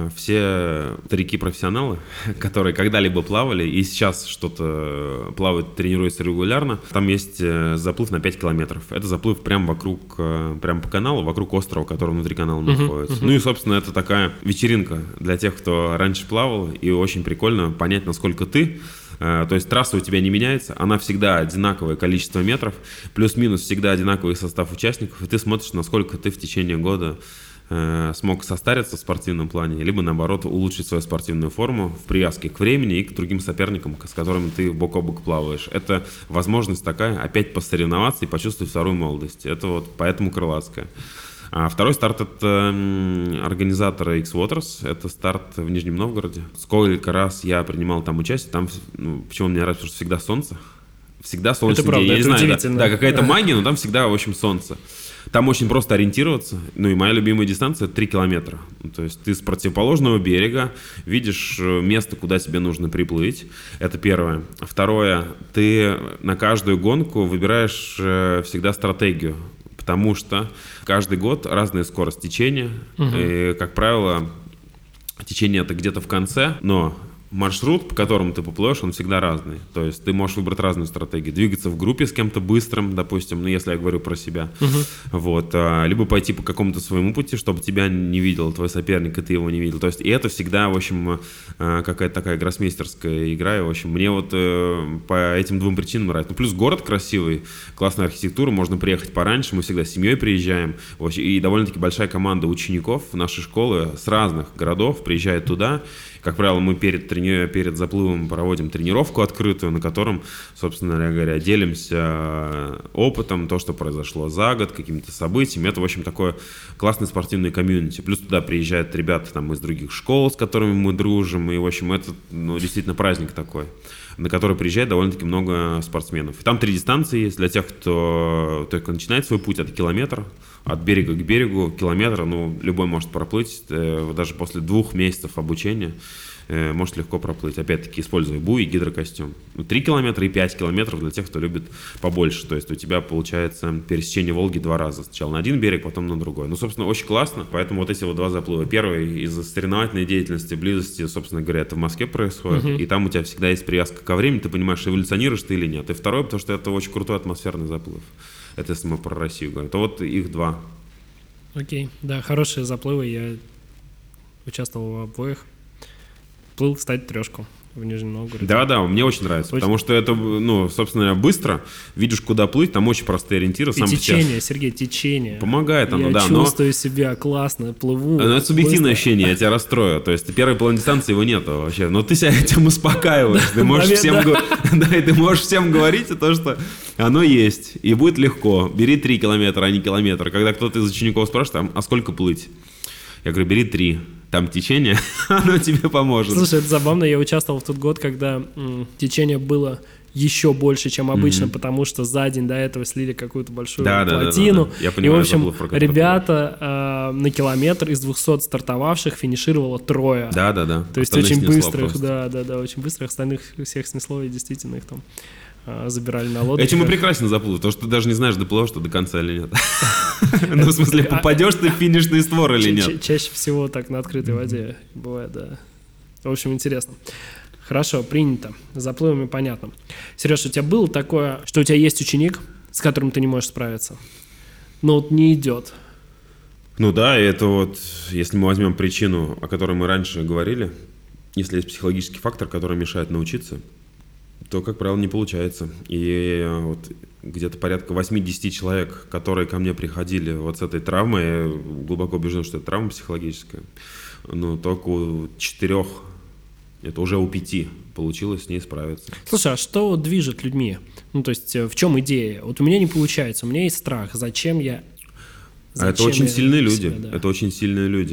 Speaker 3: все старики-профессионалы, которые когда-либо плавали и сейчас что-то плавают, тренируются регулярно, там есть заплыв на 5 километров. Это заплыв прямо по каналу, вокруг острова, который внутри канала находится. Ну и, собственно, это такая вечеринка для тех, кто раньше плавал, и очень прикольно понять, насколько ты. То есть трасса у тебя не меняется, она всегда одинаковое количество метров, плюс-минус всегда одинаковый состав участников, и ты смотришь, насколько ты в течение года смог состариться в спортивном плане, либо, наоборот, улучшить свою спортивную форму в привязке к времени и к другим соперникам, с которыми ты бок о бок плаваешь. Это возможность такая опять посоревноваться и почувствовать вторую молодость. Это вот поэтому Крылатская. А второй старт — это организатора X-Waters, это старт в Нижнем Новгороде. Сколько раз я принимал там участие, там, почему мне нравится, потому что всегда солнце, всегда солнечный день. Я не знаю, да, какая-то магия, но там всегда, в общем, солнце. Там очень просто ориентироваться, и моя любимая дистанция — это 3 километра. То есть ты с противоположного берега видишь место, куда тебе нужно приплыть, это первое. Второе, ты на каждую гонку выбираешь всегда стратегию, потому что каждый год разная скорость течения, и, как правило, течение это где-то в конце, но маршрут, по которому ты поплывешь, он всегда разный. То есть ты можешь выбрать разную стратегию. Двигаться в группе с кем-то быстрым, допустим, если я говорю про себя. Вот. Либо пойти по какому-то своему пути, чтобы тебя не видел твой соперник, и ты его не видел. То есть и это всегда, в общем, какая-то такая гроссмейстерская игра. И, в общем, мне вот по этим 2 причинам нравится. Плюс город красивый, классная архитектура, можно приехать пораньше, мы всегда с семьей приезжаем. И довольно-таки большая команда учеников нашей школы с разных городов приезжает туда. Как правило, мы перед заплывом проводим тренировку открытую, на котором, собственно говоря, делимся опытом, то, что произошло за год, какими-то событиями. Это, в общем, такое классное спортивное комьюнити. Плюс туда приезжают ребята там, из других школ, с которыми мы дружим. И, в общем, это действительно праздник такой, на который приезжает довольно-таки много спортсменов. И там 3 дистанции есть для тех, кто только начинает свой путь. Это километр, от берега к берегу, километр, любой может проплыть, даже после 2 месяцев обучения может легко проплыть. Опять-таки, используя буй и гидрокостюм. 3 километра и 5 километров для тех, кто любит побольше. То есть у тебя получается пересечение Волги 2 раза. Сначала на один берег, потом на другой. Собственно, очень классно. Поэтому вот эти 2 заплыва. Первый из-за соревновательной деятельности, близости, собственно говоря, это в Москве происходит. И там у тебя всегда есть привязка ко времени. Ты понимаешь, эволюционируешь ты или нет. И второй, потому что это очень крутой атмосферный заплыв. Это если мы про Россию говорим. То вот их 2.
Speaker 2: Окей, да, хорошие заплывы. Я участвовал в обоих. Плыл, кстати, 3 в Нижнем Новгороде.
Speaker 3: Да, мне очень нравится, потому что это, собственно, быстро, видишь, куда плыть, там очень простые ориентиры.
Speaker 2: И течение, Сергей, течение.
Speaker 3: Помогает оно,
Speaker 2: я чувствую себя классно, плыву.
Speaker 3: Но это субъективное ощущение, я тебя расстрою. То есть первой половины дистанции его нету вообще. Но ты себя этим успокаиваешь. Ты можешь всем говорить то, что оно есть, и будет легко. Бери 3 километра, а не километр. Когда кто-то из учеников спрашивает, а сколько плыть? Я говорю, бери 3. Там течение, оно тебе поможет.
Speaker 2: Слушай, это забавно. Я участвовал в тот год, когда течение было еще больше, чем обычно, потому что за день до этого слили какую-то большую плотину.
Speaker 3: Да. Я понимаю,
Speaker 2: и, в общем, ребята на километр из 200 стартовавших финишировало 3.
Speaker 3: Да.
Speaker 2: То есть очень быстрых, очень быстрых. Остальных всех снесло, и действительно их там забирали на лодке.
Speaker 3: Этим и прекрасно заплыл, потому что ты даже не знаешь, доплывешь ты до конца или нет. В смысле, попадешь ты в финишный створ или нет.
Speaker 2: Чаще всего так на открытой воде бывает, да. В общем, интересно. Хорошо, принято. С заплывами понятно. Сереж, у тебя было такое, что у тебя есть ученик, с которым ты не можешь справиться? Но не идет.
Speaker 3: Да, это если мы возьмем причину, о которой мы раньше говорили, если есть психологический фактор, который мешает научиться, то, как правило, не получается. И где-то порядка 8-10 человек, которые ко мне приходили с этой травмой, я глубоко убежден, что это травма психологическая, только у 4, это уже у 5 получилось с ней справиться.
Speaker 2: Слушай, а что движет людьми? То есть в чем идея? У меня не получается, у меня есть страх. Зачем я...
Speaker 3: Это очень сильные люди. Да. Это очень сильные люди.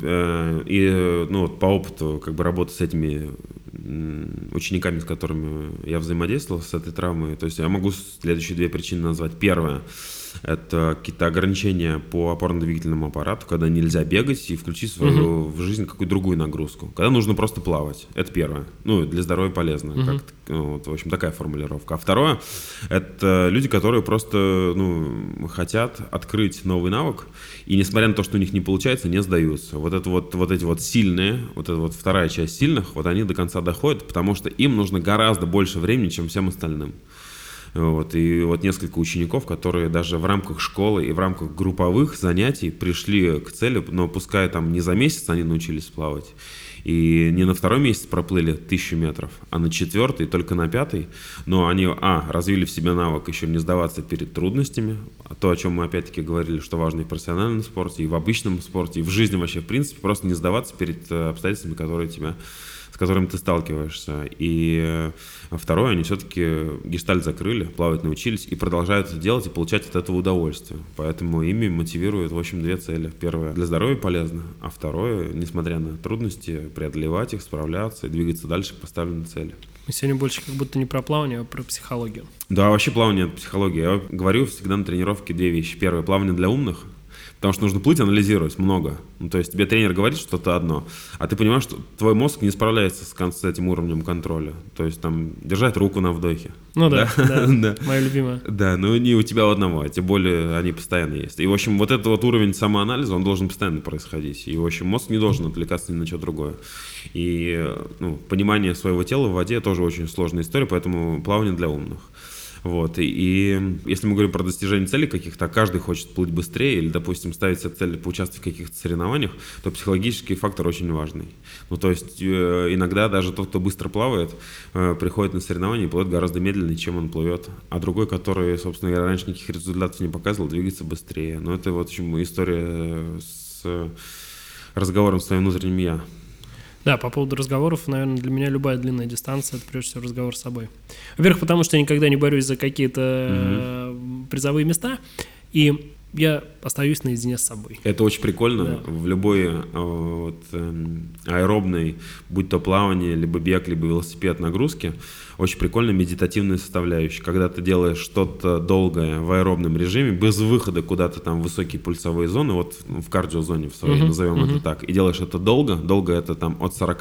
Speaker 3: По опыту работы с этими учениками, с которыми я взаимодействовал, с этой травмой, то есть я могу следующие 2 причины назвать. Первое – это какие-то ограничения по опорно-двигательному аппарату, когда нельзя бегать и включить свою в жизнь какую-то другую нагрузку. Когда нужно просто плавать. Это первое. Для здоровья полезно. В общем, такая формулировка. А второе – это люди, которые просто хотят открыть новый навык, и несмотря на то, что у них не получается, не сдаются. Эти сильные, эта вторая часть сильных, они до конца доходят, потому что им нужно гораздо больше времени, чем всем остальным. И несколько учеников, которые даже в рамках школы и в рамках групповых занятий пришли к цели, но пускай там не за месяц они научились плавать, и не на 2-й месяц проплыли 1000 метров, а на 4-й, только на 5-й, но они, развили в себе навык еще не сдаваться перед трудностями, то, о чем мы опять-таки говорили, что важно и в профессиональном спорте, и в обычном спорте, и в жизни вообще, в принципе, просто не сдаваться перед обстоятельствами, с которыми ты сталкиваешься. И второе, они все-таки гештальт закрыли, плавать научились и продолжают это делать и получать от этого удовольствие. Поэтому ими мотивируют, в общем, 2 цели. Первое, для здоровья полезно, а второе, несмотря на трудности, преодолевать их, справляться и двигаться дальше к поставленной цели.
Speaker 2: Мы сегодня больше как будто не про плавание, а про психологию.
Speaker 3: Да, вообще плавание – это психология. Я говорю всегда на тренировке 2 вещи. Первое, плавание для умных. Потому что нужно плыть, анализировать много. То есть тебе тренер говорит что-то одно, а ты понимаешь, что твой мозг не справляется с этим уровнем контроля. То есть там держать руку на вдохе.
Speaker 2: Да, моя любимая.
Speaker 3: Да, не у тебя одного, а тем более они постоянно есть. И, в общем, этот уровень самоанализа, он должен постоянно происходить. И, в общем, мозг не должен отвлекаться ни на что другое. И понимание своего тела в воде тоже очень сложная история, поэтому плавание для умных. И если мы говорим про достижение целей каких-то, а каждый хочет плыть быстрее или, допустим, ставить себе цель поучаствовать в каких-то соревнованиях, то психологический фактор очень важный. То есть иногда даже тот, кто быстро плавает, приходит на соревнования и плывет гораздо медленнее, чем он плывет. А другой, который, собственно говоря, раньше никаких результатов не показывал, двигается быстрее. Но это в общем история с разговором с своим внутренним «я».
Speaker 2: Да, по поводу разговоров, наверное, для меня любая длинная дистанция – это прежде всего разговор с собой. Во-первых, потому что я никогда не борюсь за какие-то призовые места, и я остаюсь наедине с собой.
Speaker 3: Это очень прикольно. Да. В любой аэробной, будь то плавание, либо бег, либо велосипед, нагрузки, очень прикольно медитативная составляющая. Когда ты делаешь что-то долгое в аэробном режиме, без выхода куда-то там в высокие пульсовые зоны, вот в кардиозоне в своей, назовем это так, и делаешь это долго это там от 40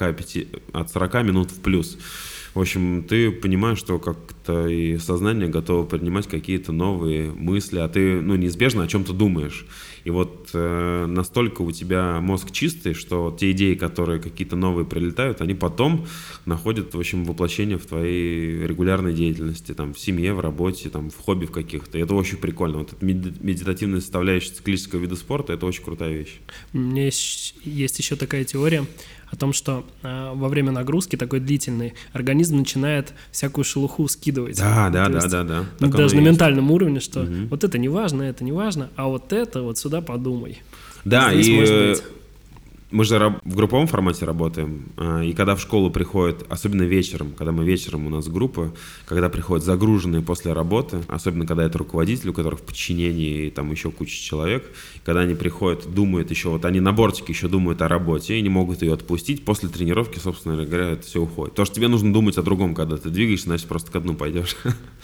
Speaker 3: минут в плюс. В общем, ты понимаешь, что как-то и сознание готово принимать какие-то новые мысли, а ты, неизбежно о чем-то думаешь. И вот настолько у тебя мозг чистый, что те идеи, которые какие-то новые прилетают, они потом находят, в общем, воплощение в твоей регулярной деятельности, там, в семье, в работе, там, в хобби в каких-то. И это очень прикольно. Вот эта медитативная составляющая циклического вида спорта – это очень крутая вещь.
Speaker 2: У меня есть еще такая теория о том, что во время нагрузки такой длительной организм начинает всякую шелуху скидывать.
Speaker 3: Да.
Speaker 2: Даже на ментальном уровне, что вот это не важно, а вот это вот сюда подумай.
Speaker 3: Да, и мы же в групповом формате работаем, и когда в школу приходят, особенно вечером, когда мы вечером у нас группа, когда приходят загруженные после работы, особенно когда это руководитель, у которых в подчинении там еще куча человек, когда они приходят, думают еще, вот они на бортике еще думают о работе и не могут ее отпустить, после тренировки, собственно говоря, это все уходит. Потому что тебе нужно думать о другом, когда ты двигаешься, значит просто ко дну пойдешь.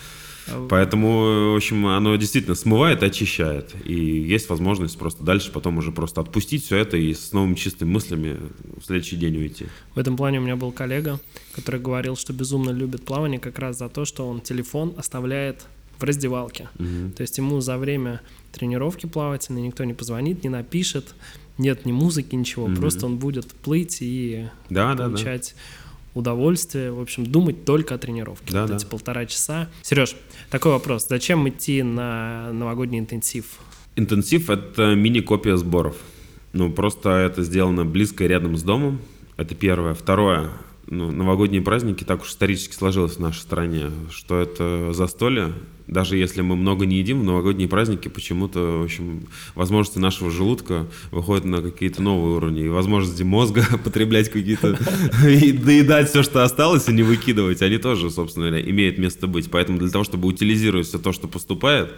Speaker 3: Поэтому, в общем, оно действительно смывает и очищает. И есть возможность просто дальше потом уже просто отпустить все это и с новыми чистыми мыслями в следующий день уйти.
Speaker 2: В этом плане у меня был коллега, который говорил, что безумно любит плавание как раз за то, что он телефон оставляет в раздевалке. То есть ему за время тренировки плавательной никто не позвонит, не напишет, нет ни музыки, ничего. Просто он будет плыть и получать удовольствие, в общем, думать только о тренировке. Эти 1,5 часа. Сереж, такой вопрос. Зачем идти на новогодний интенсив?
Speaker 3: Интенсив – это мини-копия сборов. Просто это сделано близко и рядом с домом. Это первое. Второе. Новогодние праздники, так уж исторически сложилось в нашей стране, что это застолье. Даже если мы много не едим, в новогодние праздники почему-то, в общем, возможности нашего желудка выходят на какие-то новые уровни. И возможности мозга потреблять какие-то и доедать все, что осталось, и не выкидывать, они тоже, собственно говоря, имеют место быть. Поэтому для того, чтобы утилизировать все то, что поступает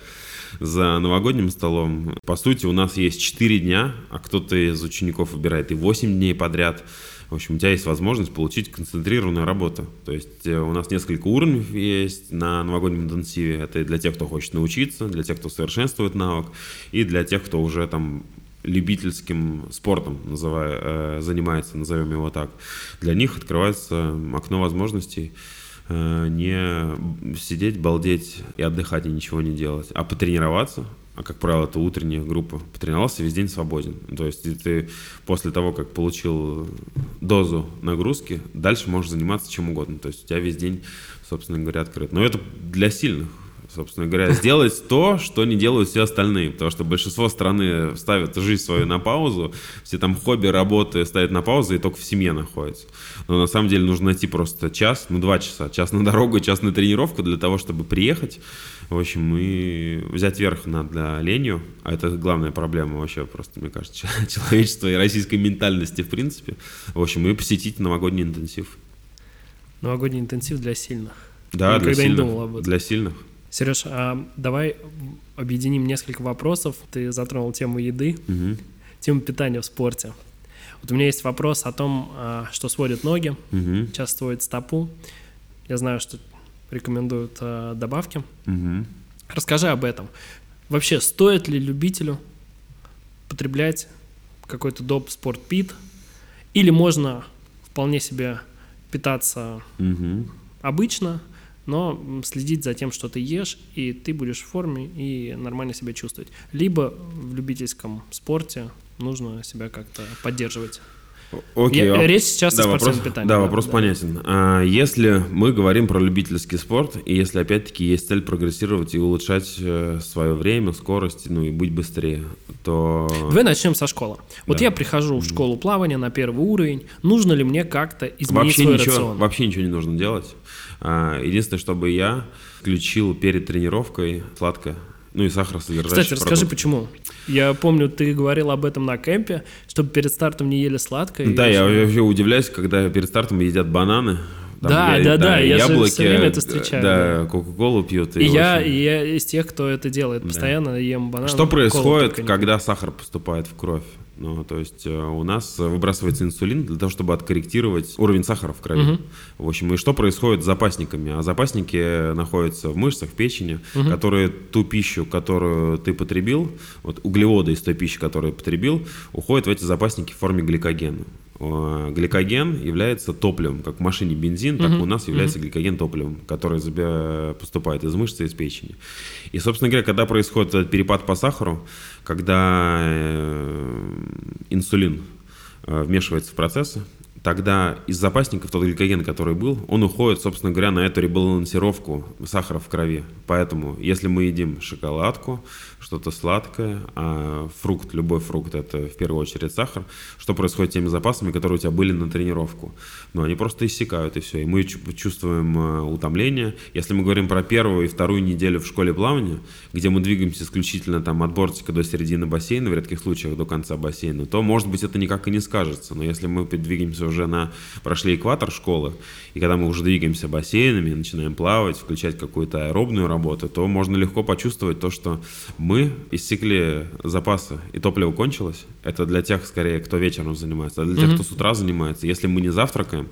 Speaker 3: за новогодним столом, по сути, у нас есть 4 дня, а кто-то из учеников выбирает и 8 дней подряд. В общем, у тебя есть возможность получить концентрированную работу. То есть у нас несколько уровней есть на новогоднем интенсиве. Это для тех, кто хочет научиться, для тех, кто совершенствует навык, и для тех, кто уже там любительским спортом занимается, назовем его так. Для них открывается окно возможностей не сидеть, балдеть и отдыхать и ничего не делать, а потренироваться. А, как правило, это утренняя группа. Потренировался, весь день свободен. То есть ты после того, как получил дозу нагрузки, дальше можешь заниматься чем угодно. То есть у тебя весь день, собственно говоря, открыт. Но это для сильных. Собственно говоря, сделать то, что не делают все остальные. Потому что большинство страны ставят жизнь свою на паузу, все там хобби, работы ставят на паузу и только в семье находятся. Но на самом деле нужно найти просто 2 часа. Час на дорогу и час на тренировку для того, чтобы приехать, в общем, и взять верх над ленью. А это главная проблема вообще просто, мне кажется, человечества и российской ментальности в принципе. В общем, и посетить новогодний интенсив.
Speaker 2: Новогодний интенсив для сильных.
Speaker 3: Да,
Speaker 2: для сильных. Не думал об этом.
Speaker 3: Для сильных.
Speaker 2: Сереж, давай объединим несколько вопросов. Ты затронул тему еды, тему питания в спорте. Вот у меня есть вопрос о том, что сводит ноги, часто сводит стопу. Я знаю, что рекомендуют добавки. Расскажи об этом. Вообще, стоит ли любителю потреблять какой-то доп. Спортпит? Или можно вполне себе питаться обычно, но следить за тем, что ты ешь, и ты будешь в форме и нормально себя чувствовать. Либо в любительском спорте нужно себя как-то поддерживать.
Speaker 3: Окей.
Speaker 2: Речь сейчас о спортивном питании.
Speaker 3: Да, вопрос понятен. Если мы говорим про любительский спорт, и если опять-таки есть цель прогрессировать и улучшать свое время, скорость, и быть быстрее, то...
Speaker 2: Давай начнем со школы. Вот я прихожу в школу плавания на 1 уровень. Нужно ли мне как-то изменить свой рацион?
Speaker 3: Вообще ничего не нужно делать. Единственное, чтобы я включил перед тренировкой сладкое ну и сахаросодержащих
Speaker 2: Кстати, расскажи,
Speaker 3: продуктов.
Speaker 2: почему. Я помню, ты говорил об этом на кемпе, чтобы перед стартом не ели сладкое.
Speaker 3: Да, я вообще удивляюсь, когда перед стартом едят бананы.
Speaker 2: Да, я же все время это встречаю.
Speaker 3: Да, кока-колу пьют.
Speaker 2: И я из тех, кто это делает, постоянно ем бананы.
Speaker 3: Что происходит, когда сахар поступает в кровь? Ну, то есть у нас выбрасывается инсулин для того, чтобы откорректировать уровень сахара в крови. В общем, и что происходит с запасниками? А запасники находятся в мышцах, в печени, которые ту пищу, которую ты потребил, вот углеводы из той пищи, которую ты потребил, уходят в эти запасники в форме гликогена. Гликоген является топливом, как в машине бензин, так у нас является гликоген топливом, который поступает из мышцы и из печени. И, собственно говоря, когда происходит этот перепад по сахару, когда инсулин вмешивается в процессы, тогда из запасников тот гликоген, который был, он уходит, собственно говоря, на эту ребалансировку сахара в крови. Поэтому, если мы едим шоколадку, что-то сладкое, а фрукт, любой фрукт, это в первую очередь сахар, что происходит с теми запасами, которые у тебя были на тренировку? Ну, они просто иссякают, и все. И мы чувствуем утомление. Если мы говорим про первую и вторую неделю в школе плавания, где мы двигаемся исключительно там от бортика до середины бассейна, в редких случаях до конца бассейна, то, может быть, это никак и не скажется. Но если мы двигаемся уже прошли экватор школы, и когда мы уже двигаемся бассейнами, начинаем плавать, включать какую-то аэробную работу, то можно легко почувствовать то, что мы иссекли запасы, и топливо кончилось. Это для тех, скорее, кто вечером занимается, а для тех, кто с утра занимается. Если мы не завтракаем,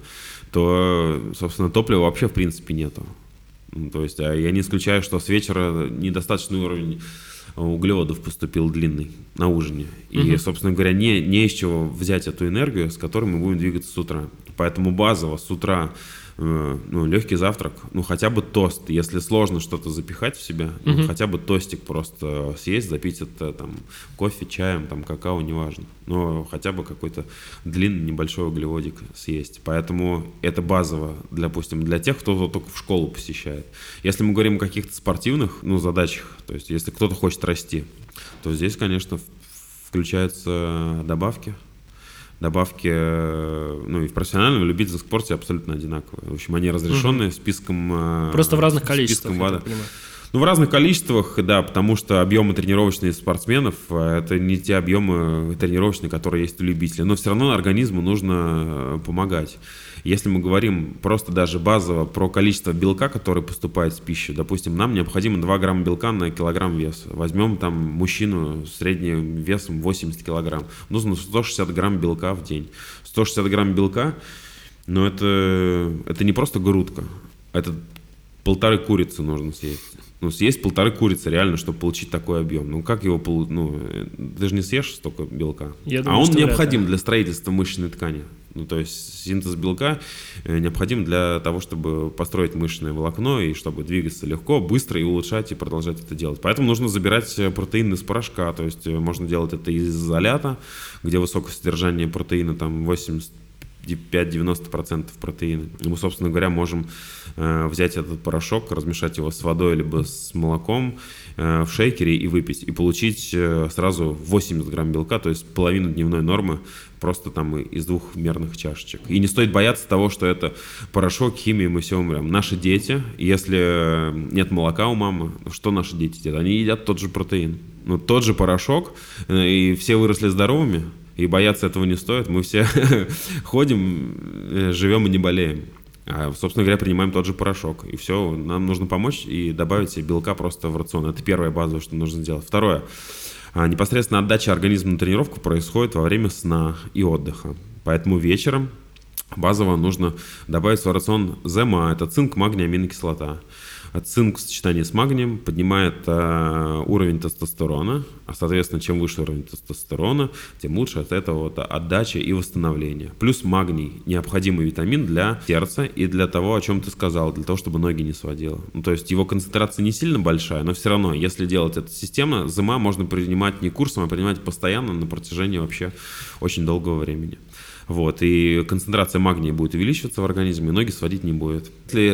Speaker 3: то, собственно, топлива вообще в принципе нету. То есть я не исключаю, что с вечера недостаточный уровень углеводов поступил длинный на ужине. И, собственно говоря, не из чего взять эту энергию, с которой мы будем двигаться с утра. Поэтому базово с утра легкий завтрак, хотя бы тост. Если сложно что-то запихать в себя, хотя бы тостик просто съесть, запить это там кофе, чаем, там какао, неважно. Но хотя бы какой-то длинный небольшой углеводик съесть. Поэтому это базово, допустим, для тех, кто только в школу посещает. Если мы говорим о каких-то спортивных задачах, то есть если кто-то хочет расти, то здесь, конечно, включаются добавки. Добавки, и в профессиональном, и в любительском спорте абсолютно одинаковые. В общем, они разрешенные списком...
Speaker 2: Просто в разных количествах, я так понимаю.
Speaker 3: В разных количествах, да, потому что объемы тренировочные спортсменов – это не те объемы тренировочные, которые есть у любителей. Но все равно организму нужно помогать. Если мы говорим просто даже базово про количество белка, которое поступает в пищу, допустим, нам необходимо 2 грамма белка на килограмм веса. Возьмем там мужчину с средним весом 80 килограмм. Нужно 160 грамм белка в день. 160 грамм белка, это не просто грудка, это 1,5 курицы нужно съесть. Съесть 1,5 курицы реально, чтобы получить такой объем. Как его ты же не съешь столько белка. Он необходим для строительства мышечной ткани. То есть синтез белка необходим для того, чтобы построить мышечное волокно и чтобы двигаться легко, быстро и улучшать и продолжать это делать. Поэтому нужно забирать протеин из порошка. То есть можно делать это из изолята, где высокое содержание протеина, там 85-90% протеина. И мы, собственно говоря, можем взять этот порошок, размешать его с водой либо с молоком в шейкере и выпить. И получить сразу 80 грамм белка, то есть половину дневной нормы, просто там из 2 мерных чашечек. И не стоит бояться того, что это порошок, химия, мы все умрем. Наши дети, если нет молока у мамы, что наши дети едят? Они едят тот же протеин. Тот же порошок, и все выросли здоровыми. И бояться этого не стоит. Мы все ходим, живем и не болеем. А, собственно говоря, принимаем тот же порошок. И все, нам нужно помочь и добавить себе белка просто в рацион. Это первое базовое, что нужно сделать. Второе. Непосредственно отдача организма на тренировку происходит во время сна и отдыха. Поэтому вечером базово нужно добавить в свой рацион ЗМА. Это цинк, магний, аминокислота. Цинк в сочетании с магнием поднимает уровень тестостерона, а, соответственно, чем выше уровень тестостерона, тем лучше от этого отдача и восстановление. Плюс магний – необходимый витамин для сердца и для того, о чем ты сказал, для того, чтобы ноги не сводило. То есть его концентрация не сильно большая, но все равно, если делать эту систему, ЗМА можно принимать не курсом, а принимать постоянно на протяжении вообще очень долгого времени. И концентрация магния будет увеличиваться в организме, и ноги сводить не будет. Если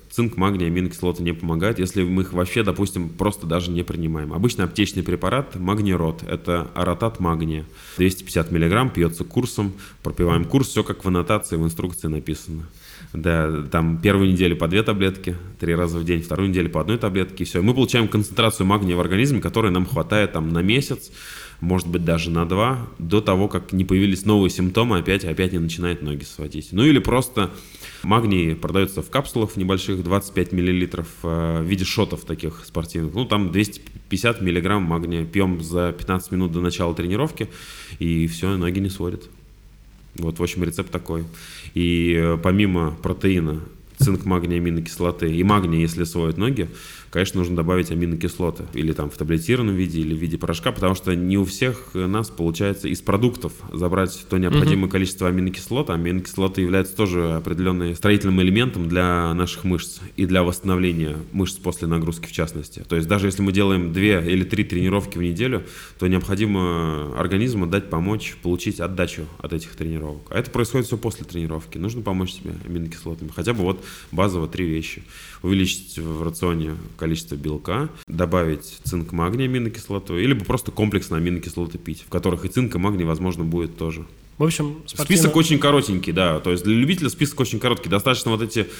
Speaker 3: цинк, магний, аминокислоты не помогают, если мы их вообще, допустим, просто даже не принимаем. Обычно аптечный препарат магнирот, это аратат магния. 250 мг пьется курсом, пропиваем курс, все как в аннотации, в инструкции написано. Да, там первую неделю по 2 таблетки, 3 раза в день, вторую неделю по 1 таблетке, и все. И мы получаем концентрацию магния в организме, которой нам хватает там на месяц, может быть, даже на 2, до того, как не появились новые симптомы, опять не начинает ноги сводить. Ну или просто магний продается в капсулах в небольших, 25 мл в виде шотов таких спортивных. Ну там 250 мг магния пьем за 15 минут до начала тренировки, и все, ноги не сводят. Вот, в общем, рецепт такой. И помимо протеина, цинк, магний, аминокислоты и магния, если сводят ноги, конечно, нужно добавить аминокислоты. Или там в таблетированном виде, или в виде порошка, потому что не у всех нас получается из продуктов забрать то необходимое количество аминокислот. Аминокислоты являются тоже определенным строительным элементом для наших мышц и для восстановления мышц после нагрузки в частности. То есть даже если мы делаем 2 или 3 тренировки в неделю, то необходимо организму помочь получить отдачу от этих тренировок. А это происходит все после тренировки. Нужно помочь себе аминокислотами. Хотя бы вот базово 3 вещи. Увеличить в рационе количество белка, добавить цинк, магний, аминокислоту, или просто комплексно аминокислоты пить, в которых и цинк, и магний, возможно, будет тоже.
Speaker 2: В общем,
Speaker 3: список очень коротенький, да. То есть для любителя список очень короткий. Достаточно вот эти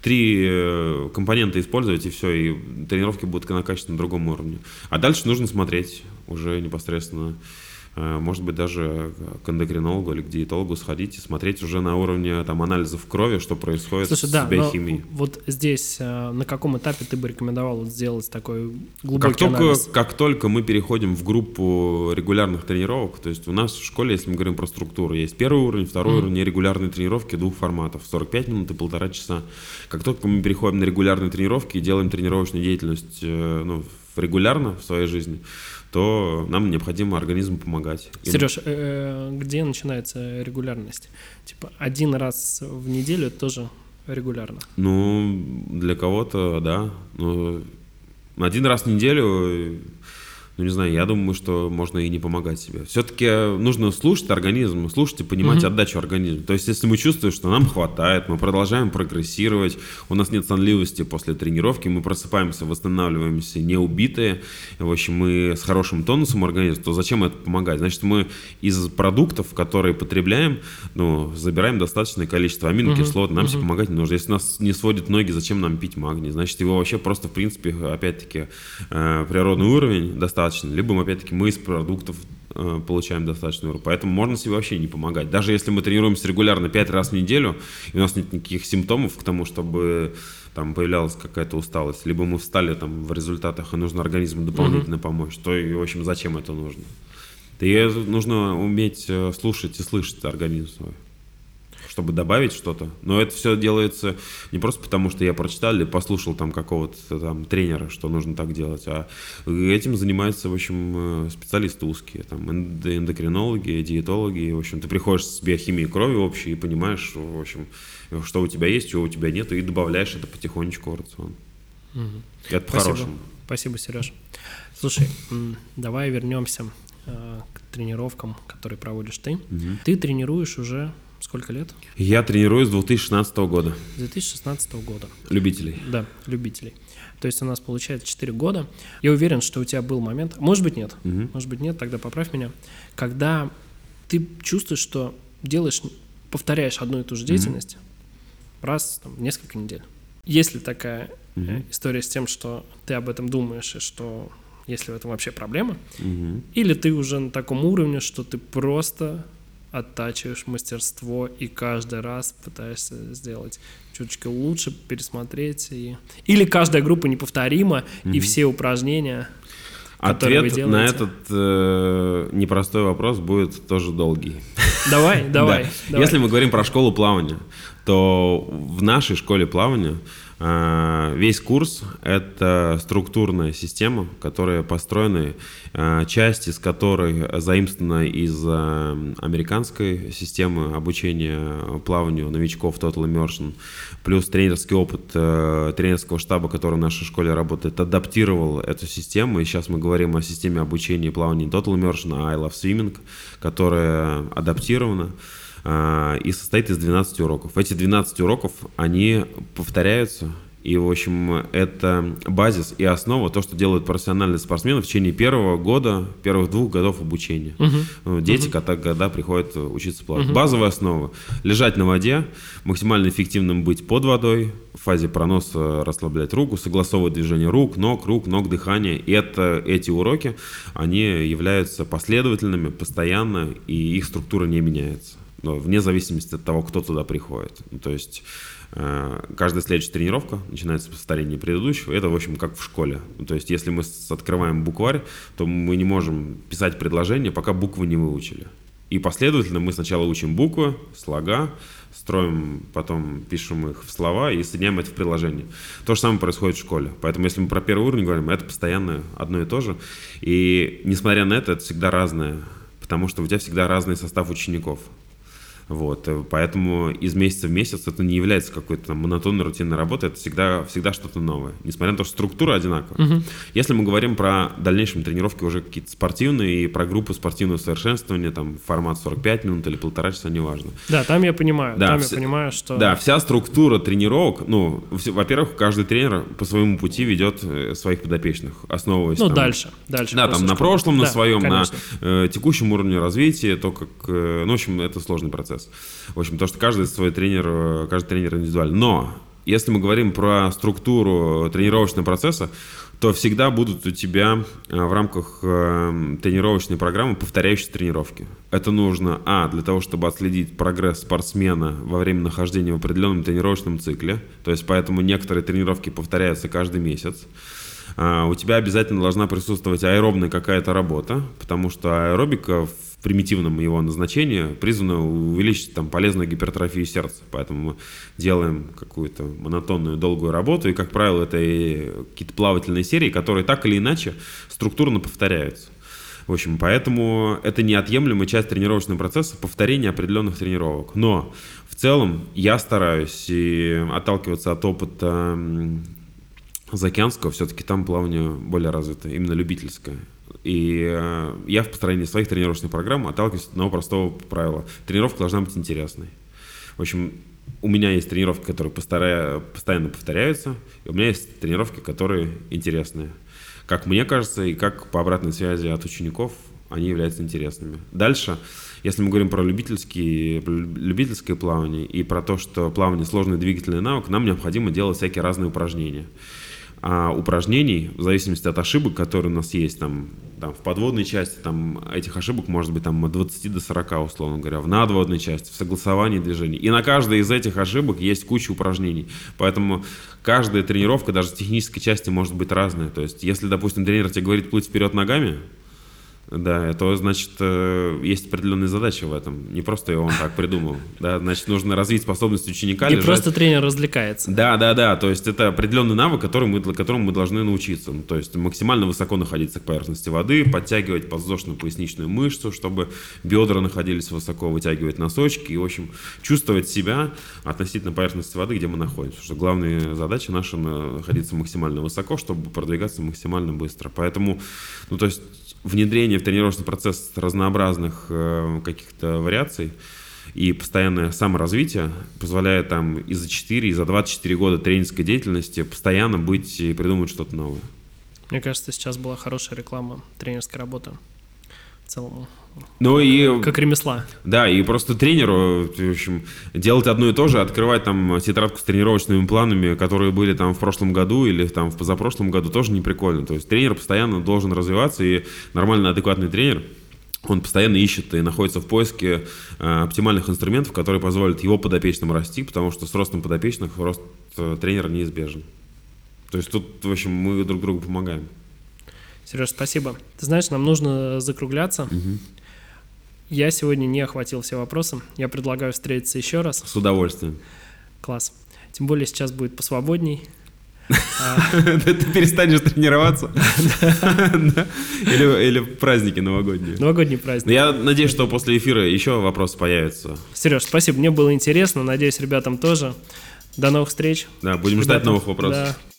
Speaker 3: 3 компонента использовать, и все, и тренировки будут на качественно другом уровне. А дальше нужно смотреть уже непосредственно. Может быть, даже к эндокринологу или к диетологу сходить и смотреть уже на уровне там, анализов крови, что происходит с биохимией.
Speaker 2: Вот здесь на каком этапе ты бы рекомендовал сделать такой глубокий анализ?
Speaker 3: Как только мы переходим в группу регулярных тренировок, то есть у нас в школе, если мы говорим про структуру, есть первый уровень, второй уровень, регулярные тренировки 2 форматов, 45 минут и 1,5 часа. Как только мы переходим на регулярные тренировки и делаем тренировочную деятельность регулярно в своей жизни, то нам необходимо организму помогать.
Speaker 2: Сереж, где начинается регулярность? Типа 1 раз в неделю это тоже регулярно?
Speaker 3: Ну, для кого-то, да. Но 1 раз в неделю, не знаю, я думаю, что можно и не помогать себе. Все-таки нужно слушать организм, слушать и понимать отдачу организма. То есть, если мы чувствуем, что нам хватает, мы продолжаем прогрессировать, у нас нет сонливости после тренировки, мы просыпаемся, восстанавливаемся не убитые, в общем, мы с хорошим тонусом организма, то зачем это помогать? Значит, мы из продуктов, которые потребляем, забираем достаточное количество аминокислот, нам себе помогать не нужно. Если нас не сводят ноги, зачем нам пить магний? Значит, его вообще просто, в принципе, опять-таки, природный уровень достаточно. Либо, опять-таки, мы из продуктов получаем достаточный уровень. Поэтому можно себе вообще не помогать. Даже если мы тренируемся регулярно 5 раз в неделю, и у нас нет никаких симптомов к тому, чтобы там появлялась какая-то усталость, либо мы встали там в результатах, и нужно организму дополнительно помочь, то, в общем, зачем это нужно? И нужно уметь слушать и слышать организм свой, чтобы добавить что-то. Но это все делается не просто потому, что я прочитал или послушал там какого-то там тренера, что нужно так делать, а этим занимаются, в общем, специалисты узкие, там эндокринологи, диетологи. В общем, ты приходишь с биохимией крови общей и понимаешь, в общем, что у тебя есть, чего у тебя нет, и добавляешь это потихонечку в рацион. Это по-хорошему.
Speaker 2: Спасибо, Сереж. Слушай, давай вернемся к тренировкам, которые проводишь ты. Ты тренируешь уже сколько лет?
Speaker 3: Я тренируюсь с 2016 года.
Speaker 2: С 2016 года.
Speaker 3: Любителей.
Speaker 2: Да, любителей. То есть у нас получается 4 года. Я уверен, что у тебя был момент, может быть нет, может быть нет, тогда поправь меня, когда ты чувствуешь, что повторяешь одну и ту же деятельность раз в несколько недель. Есть ли такая история с тем, что ты об этом думаешь, и что есть ли в этом вообще проблема? Или ты уже на таком уровне, что ты просто оттачиваешь мастерство и каждый раз пытаешься сделать чуточку лучше, пересмотреть. Или каждая группа неповторима, и все упражнения, которые вы делаете...
Speaker 3: Ответ на этот непростой вопрос будет тоже долгий.
Speaker 2: Давай.
Speaker 3: Если мы говорим про школу плавания, то в нашей школе плавания весь курс – это структурная система, которая построена, часть из которой заимствована из американской системы обучения плаванию новичков Total Immersion, плюс тренерский опыт тренерского штаба, который в нашей школе работает, адаптировал эту систему. И сейчас мы говорим о системе обучения плавания Total Immersion, I Love Swimming, которая адаптирована и состоит из 12 уроков. Эти 12 уроков, они повторяются И, в общем, это базис и основа, то, что делают профессиональные спортсмены в течение первых 2 годов обучения. Дети, когда приходят учиться плавать. Базовая основа. Лежать на воде, максимально эффективным быть под водой, в фазе проноса расслаблять руку, согласовывать движение рук, ног, дыхание. И эти уроки, они являются последовательными, постоянно, и их структура не меняется. Но вне зависимости от того, кто туда приходит. То есть каждая следующая тренировка начинается с повторения предыдущего. Это, в общем, как в школе. То есть если мы открываем букварь, то мы не можем писать предложение, пока буквы не выучили. И последовательно мы сначала учим буквы, слога, строим, потом пишем их в слова и соединяем это в предложение. То же самое происходит в школе. Поэтому если мы про первый уровень говорим, это постоянно одно и то же. И несмотря на это всегда разное, потому что у тебя всегда разный состав учеников. Вот, поэтому из месяца в месяц это не является какой-то там монотонной, рутинной работой, это всегда что-то новое, несмотря на то, что структура одинаковая. Если мы говорим про дальнейшие тренировки уже какие-то спортивные и про группу спортивного совершенствования, там формат 45 минут или 1,5 часа, неважно.
Speaker 2: Да, там я понимаю, я понимаю, что...
Speaker 3: Да, вся структура тренировок, во-первых, каждый тренер по своему пути ведет своих подопечных, основываясь...
Speaker 2: дальше.
Speaker 3: Да, там на прошлом, на своем,
Speaker 2: конечно.
Speaker 3: на текущем уровне развития, то, как... в общем, это сложный процесс. В общем, то, что каждый тренер индивидуально. Но если мы говорим про структуру тренировочного процесса, то всегда будут у тебя в рамках тренировочной программы повторяющиеся тренировки. Это нужно, для того, чтобы отследить прогресс спортсмена во время нахождения в определенном тренировочном цикле. То есть, поэтому некоторые тренировки повторяются каждый месяц. У тебя обязательно должна присутствовать аэробная какая-то работа, потому что аэробика в примитивном его назначении призвана увеличить полезную гипертрофию сердца. Поэтому мы делаем какую-то монотонную долгую работу, и, как правило, это какие-то плавательные серии, которые так или иначе структурно повторяются. В общем, поэтому это неотъемлемая часть тренировочного процесса, повторение определенных тренировок. Но в целом я стараюсь отталкиваться от опыта заокеанского, все-таки там плавание более развито, именно любительское. И я в построении своих тренировочных программ отталкиваюсь от одного простого правила. Тренировка должна быть интересной. В общем, у меня есть тренировки, которые постоянно повторяются, и у меня есть тренировки, которые интересные. Как мне кажется, и как по обратной связи от учеников, они являются интересными. Дальше, если мы говорим про любительское плавание и про то, что плавание сложный двигательный навык, нам необходимо делать всякие разные упражнения. А упражнений, в зависимости от ошибок, которые у нас есть, там в подводной части, этих ошибок может быть от 20 до 40, условно говоря, в надводной части, в согласовании движений. И на каждой из этих ошибок есть куча упражнений. Поэтому каждая тренировка, даже с технической части, может быть разная. То есть, если, допустим, тренер тебе говорит плыть вперед ногами, да, то, значит, есть определенные задачи в этом. Не просто его он так придумал. Да, значит, нужно развить способность ученика.
Speaker 2: Не просто тренер развлекается.
Speaker 3: Да. То есть это определенный навык, которому мы должны научиться. То есть максимально высоко находиться к поверхности воды, подтягивать подвздошно-поясничную мышцу, чтобы бедра находились высоко, вытягивать носочки и, в общем, чувствовать себя относительно поверхности воды, где мы находимся. Потому что главная задача наша — находиться максимально высоко, чтобы продвигаться максимально быстро. Поэтому, то есть внедрение в тренировочный процесс разнообразных каких-то вариаций и постоянное саморазвитие позволяет и за 4, и за 24 года тренерской деятельности постоянно быть и придумывать что-то новое.
Speaker 2: Мне кажется, сейчас была хорошая реклама тренерской работы в целом. Как ремесла.
Speaker 3: Да, и просто тренеру, в общем, делать одно и то же, открывать тетрадку с тренировочными планами, которые были в прошлом году или в позапрошлом году, тоже не прикольно. То есть тренер постоянно должен развиваться, и нормальный, адекватный тренер, он постоянно ищет и находится в поиске оптимальных инструментов, которые позволят его подопечным расти, потому что с ростом подопечных рост тренера неизбежен. То есть тут, в общем, мы друг другу помогаем.
Speaker 2: Сереж, спасибо. Ты знаешь, нам нужно закругляться. Я сегодня не охватил все вопросы. Я предлагаю встретиться еще раз.
Speaker 3: С удовольствием.
Speaker 2: Класс. Тем более сейчас будет посвободней.
Speaker 3: Ты перестанешь тренироваться? Или праздники новогодние?
Speaker 2: Новогодние праздники.
Speaker 3: Я надеюсь, что после эфира еще вопросы появятся.
Speaker 2: Сереж, спасибо. Мне было интересно. Надеюсь, ребятам тоже. До новых встреч.
Speaker 3: Да, будем ждать новых вопросов.
Speaker 2: Да,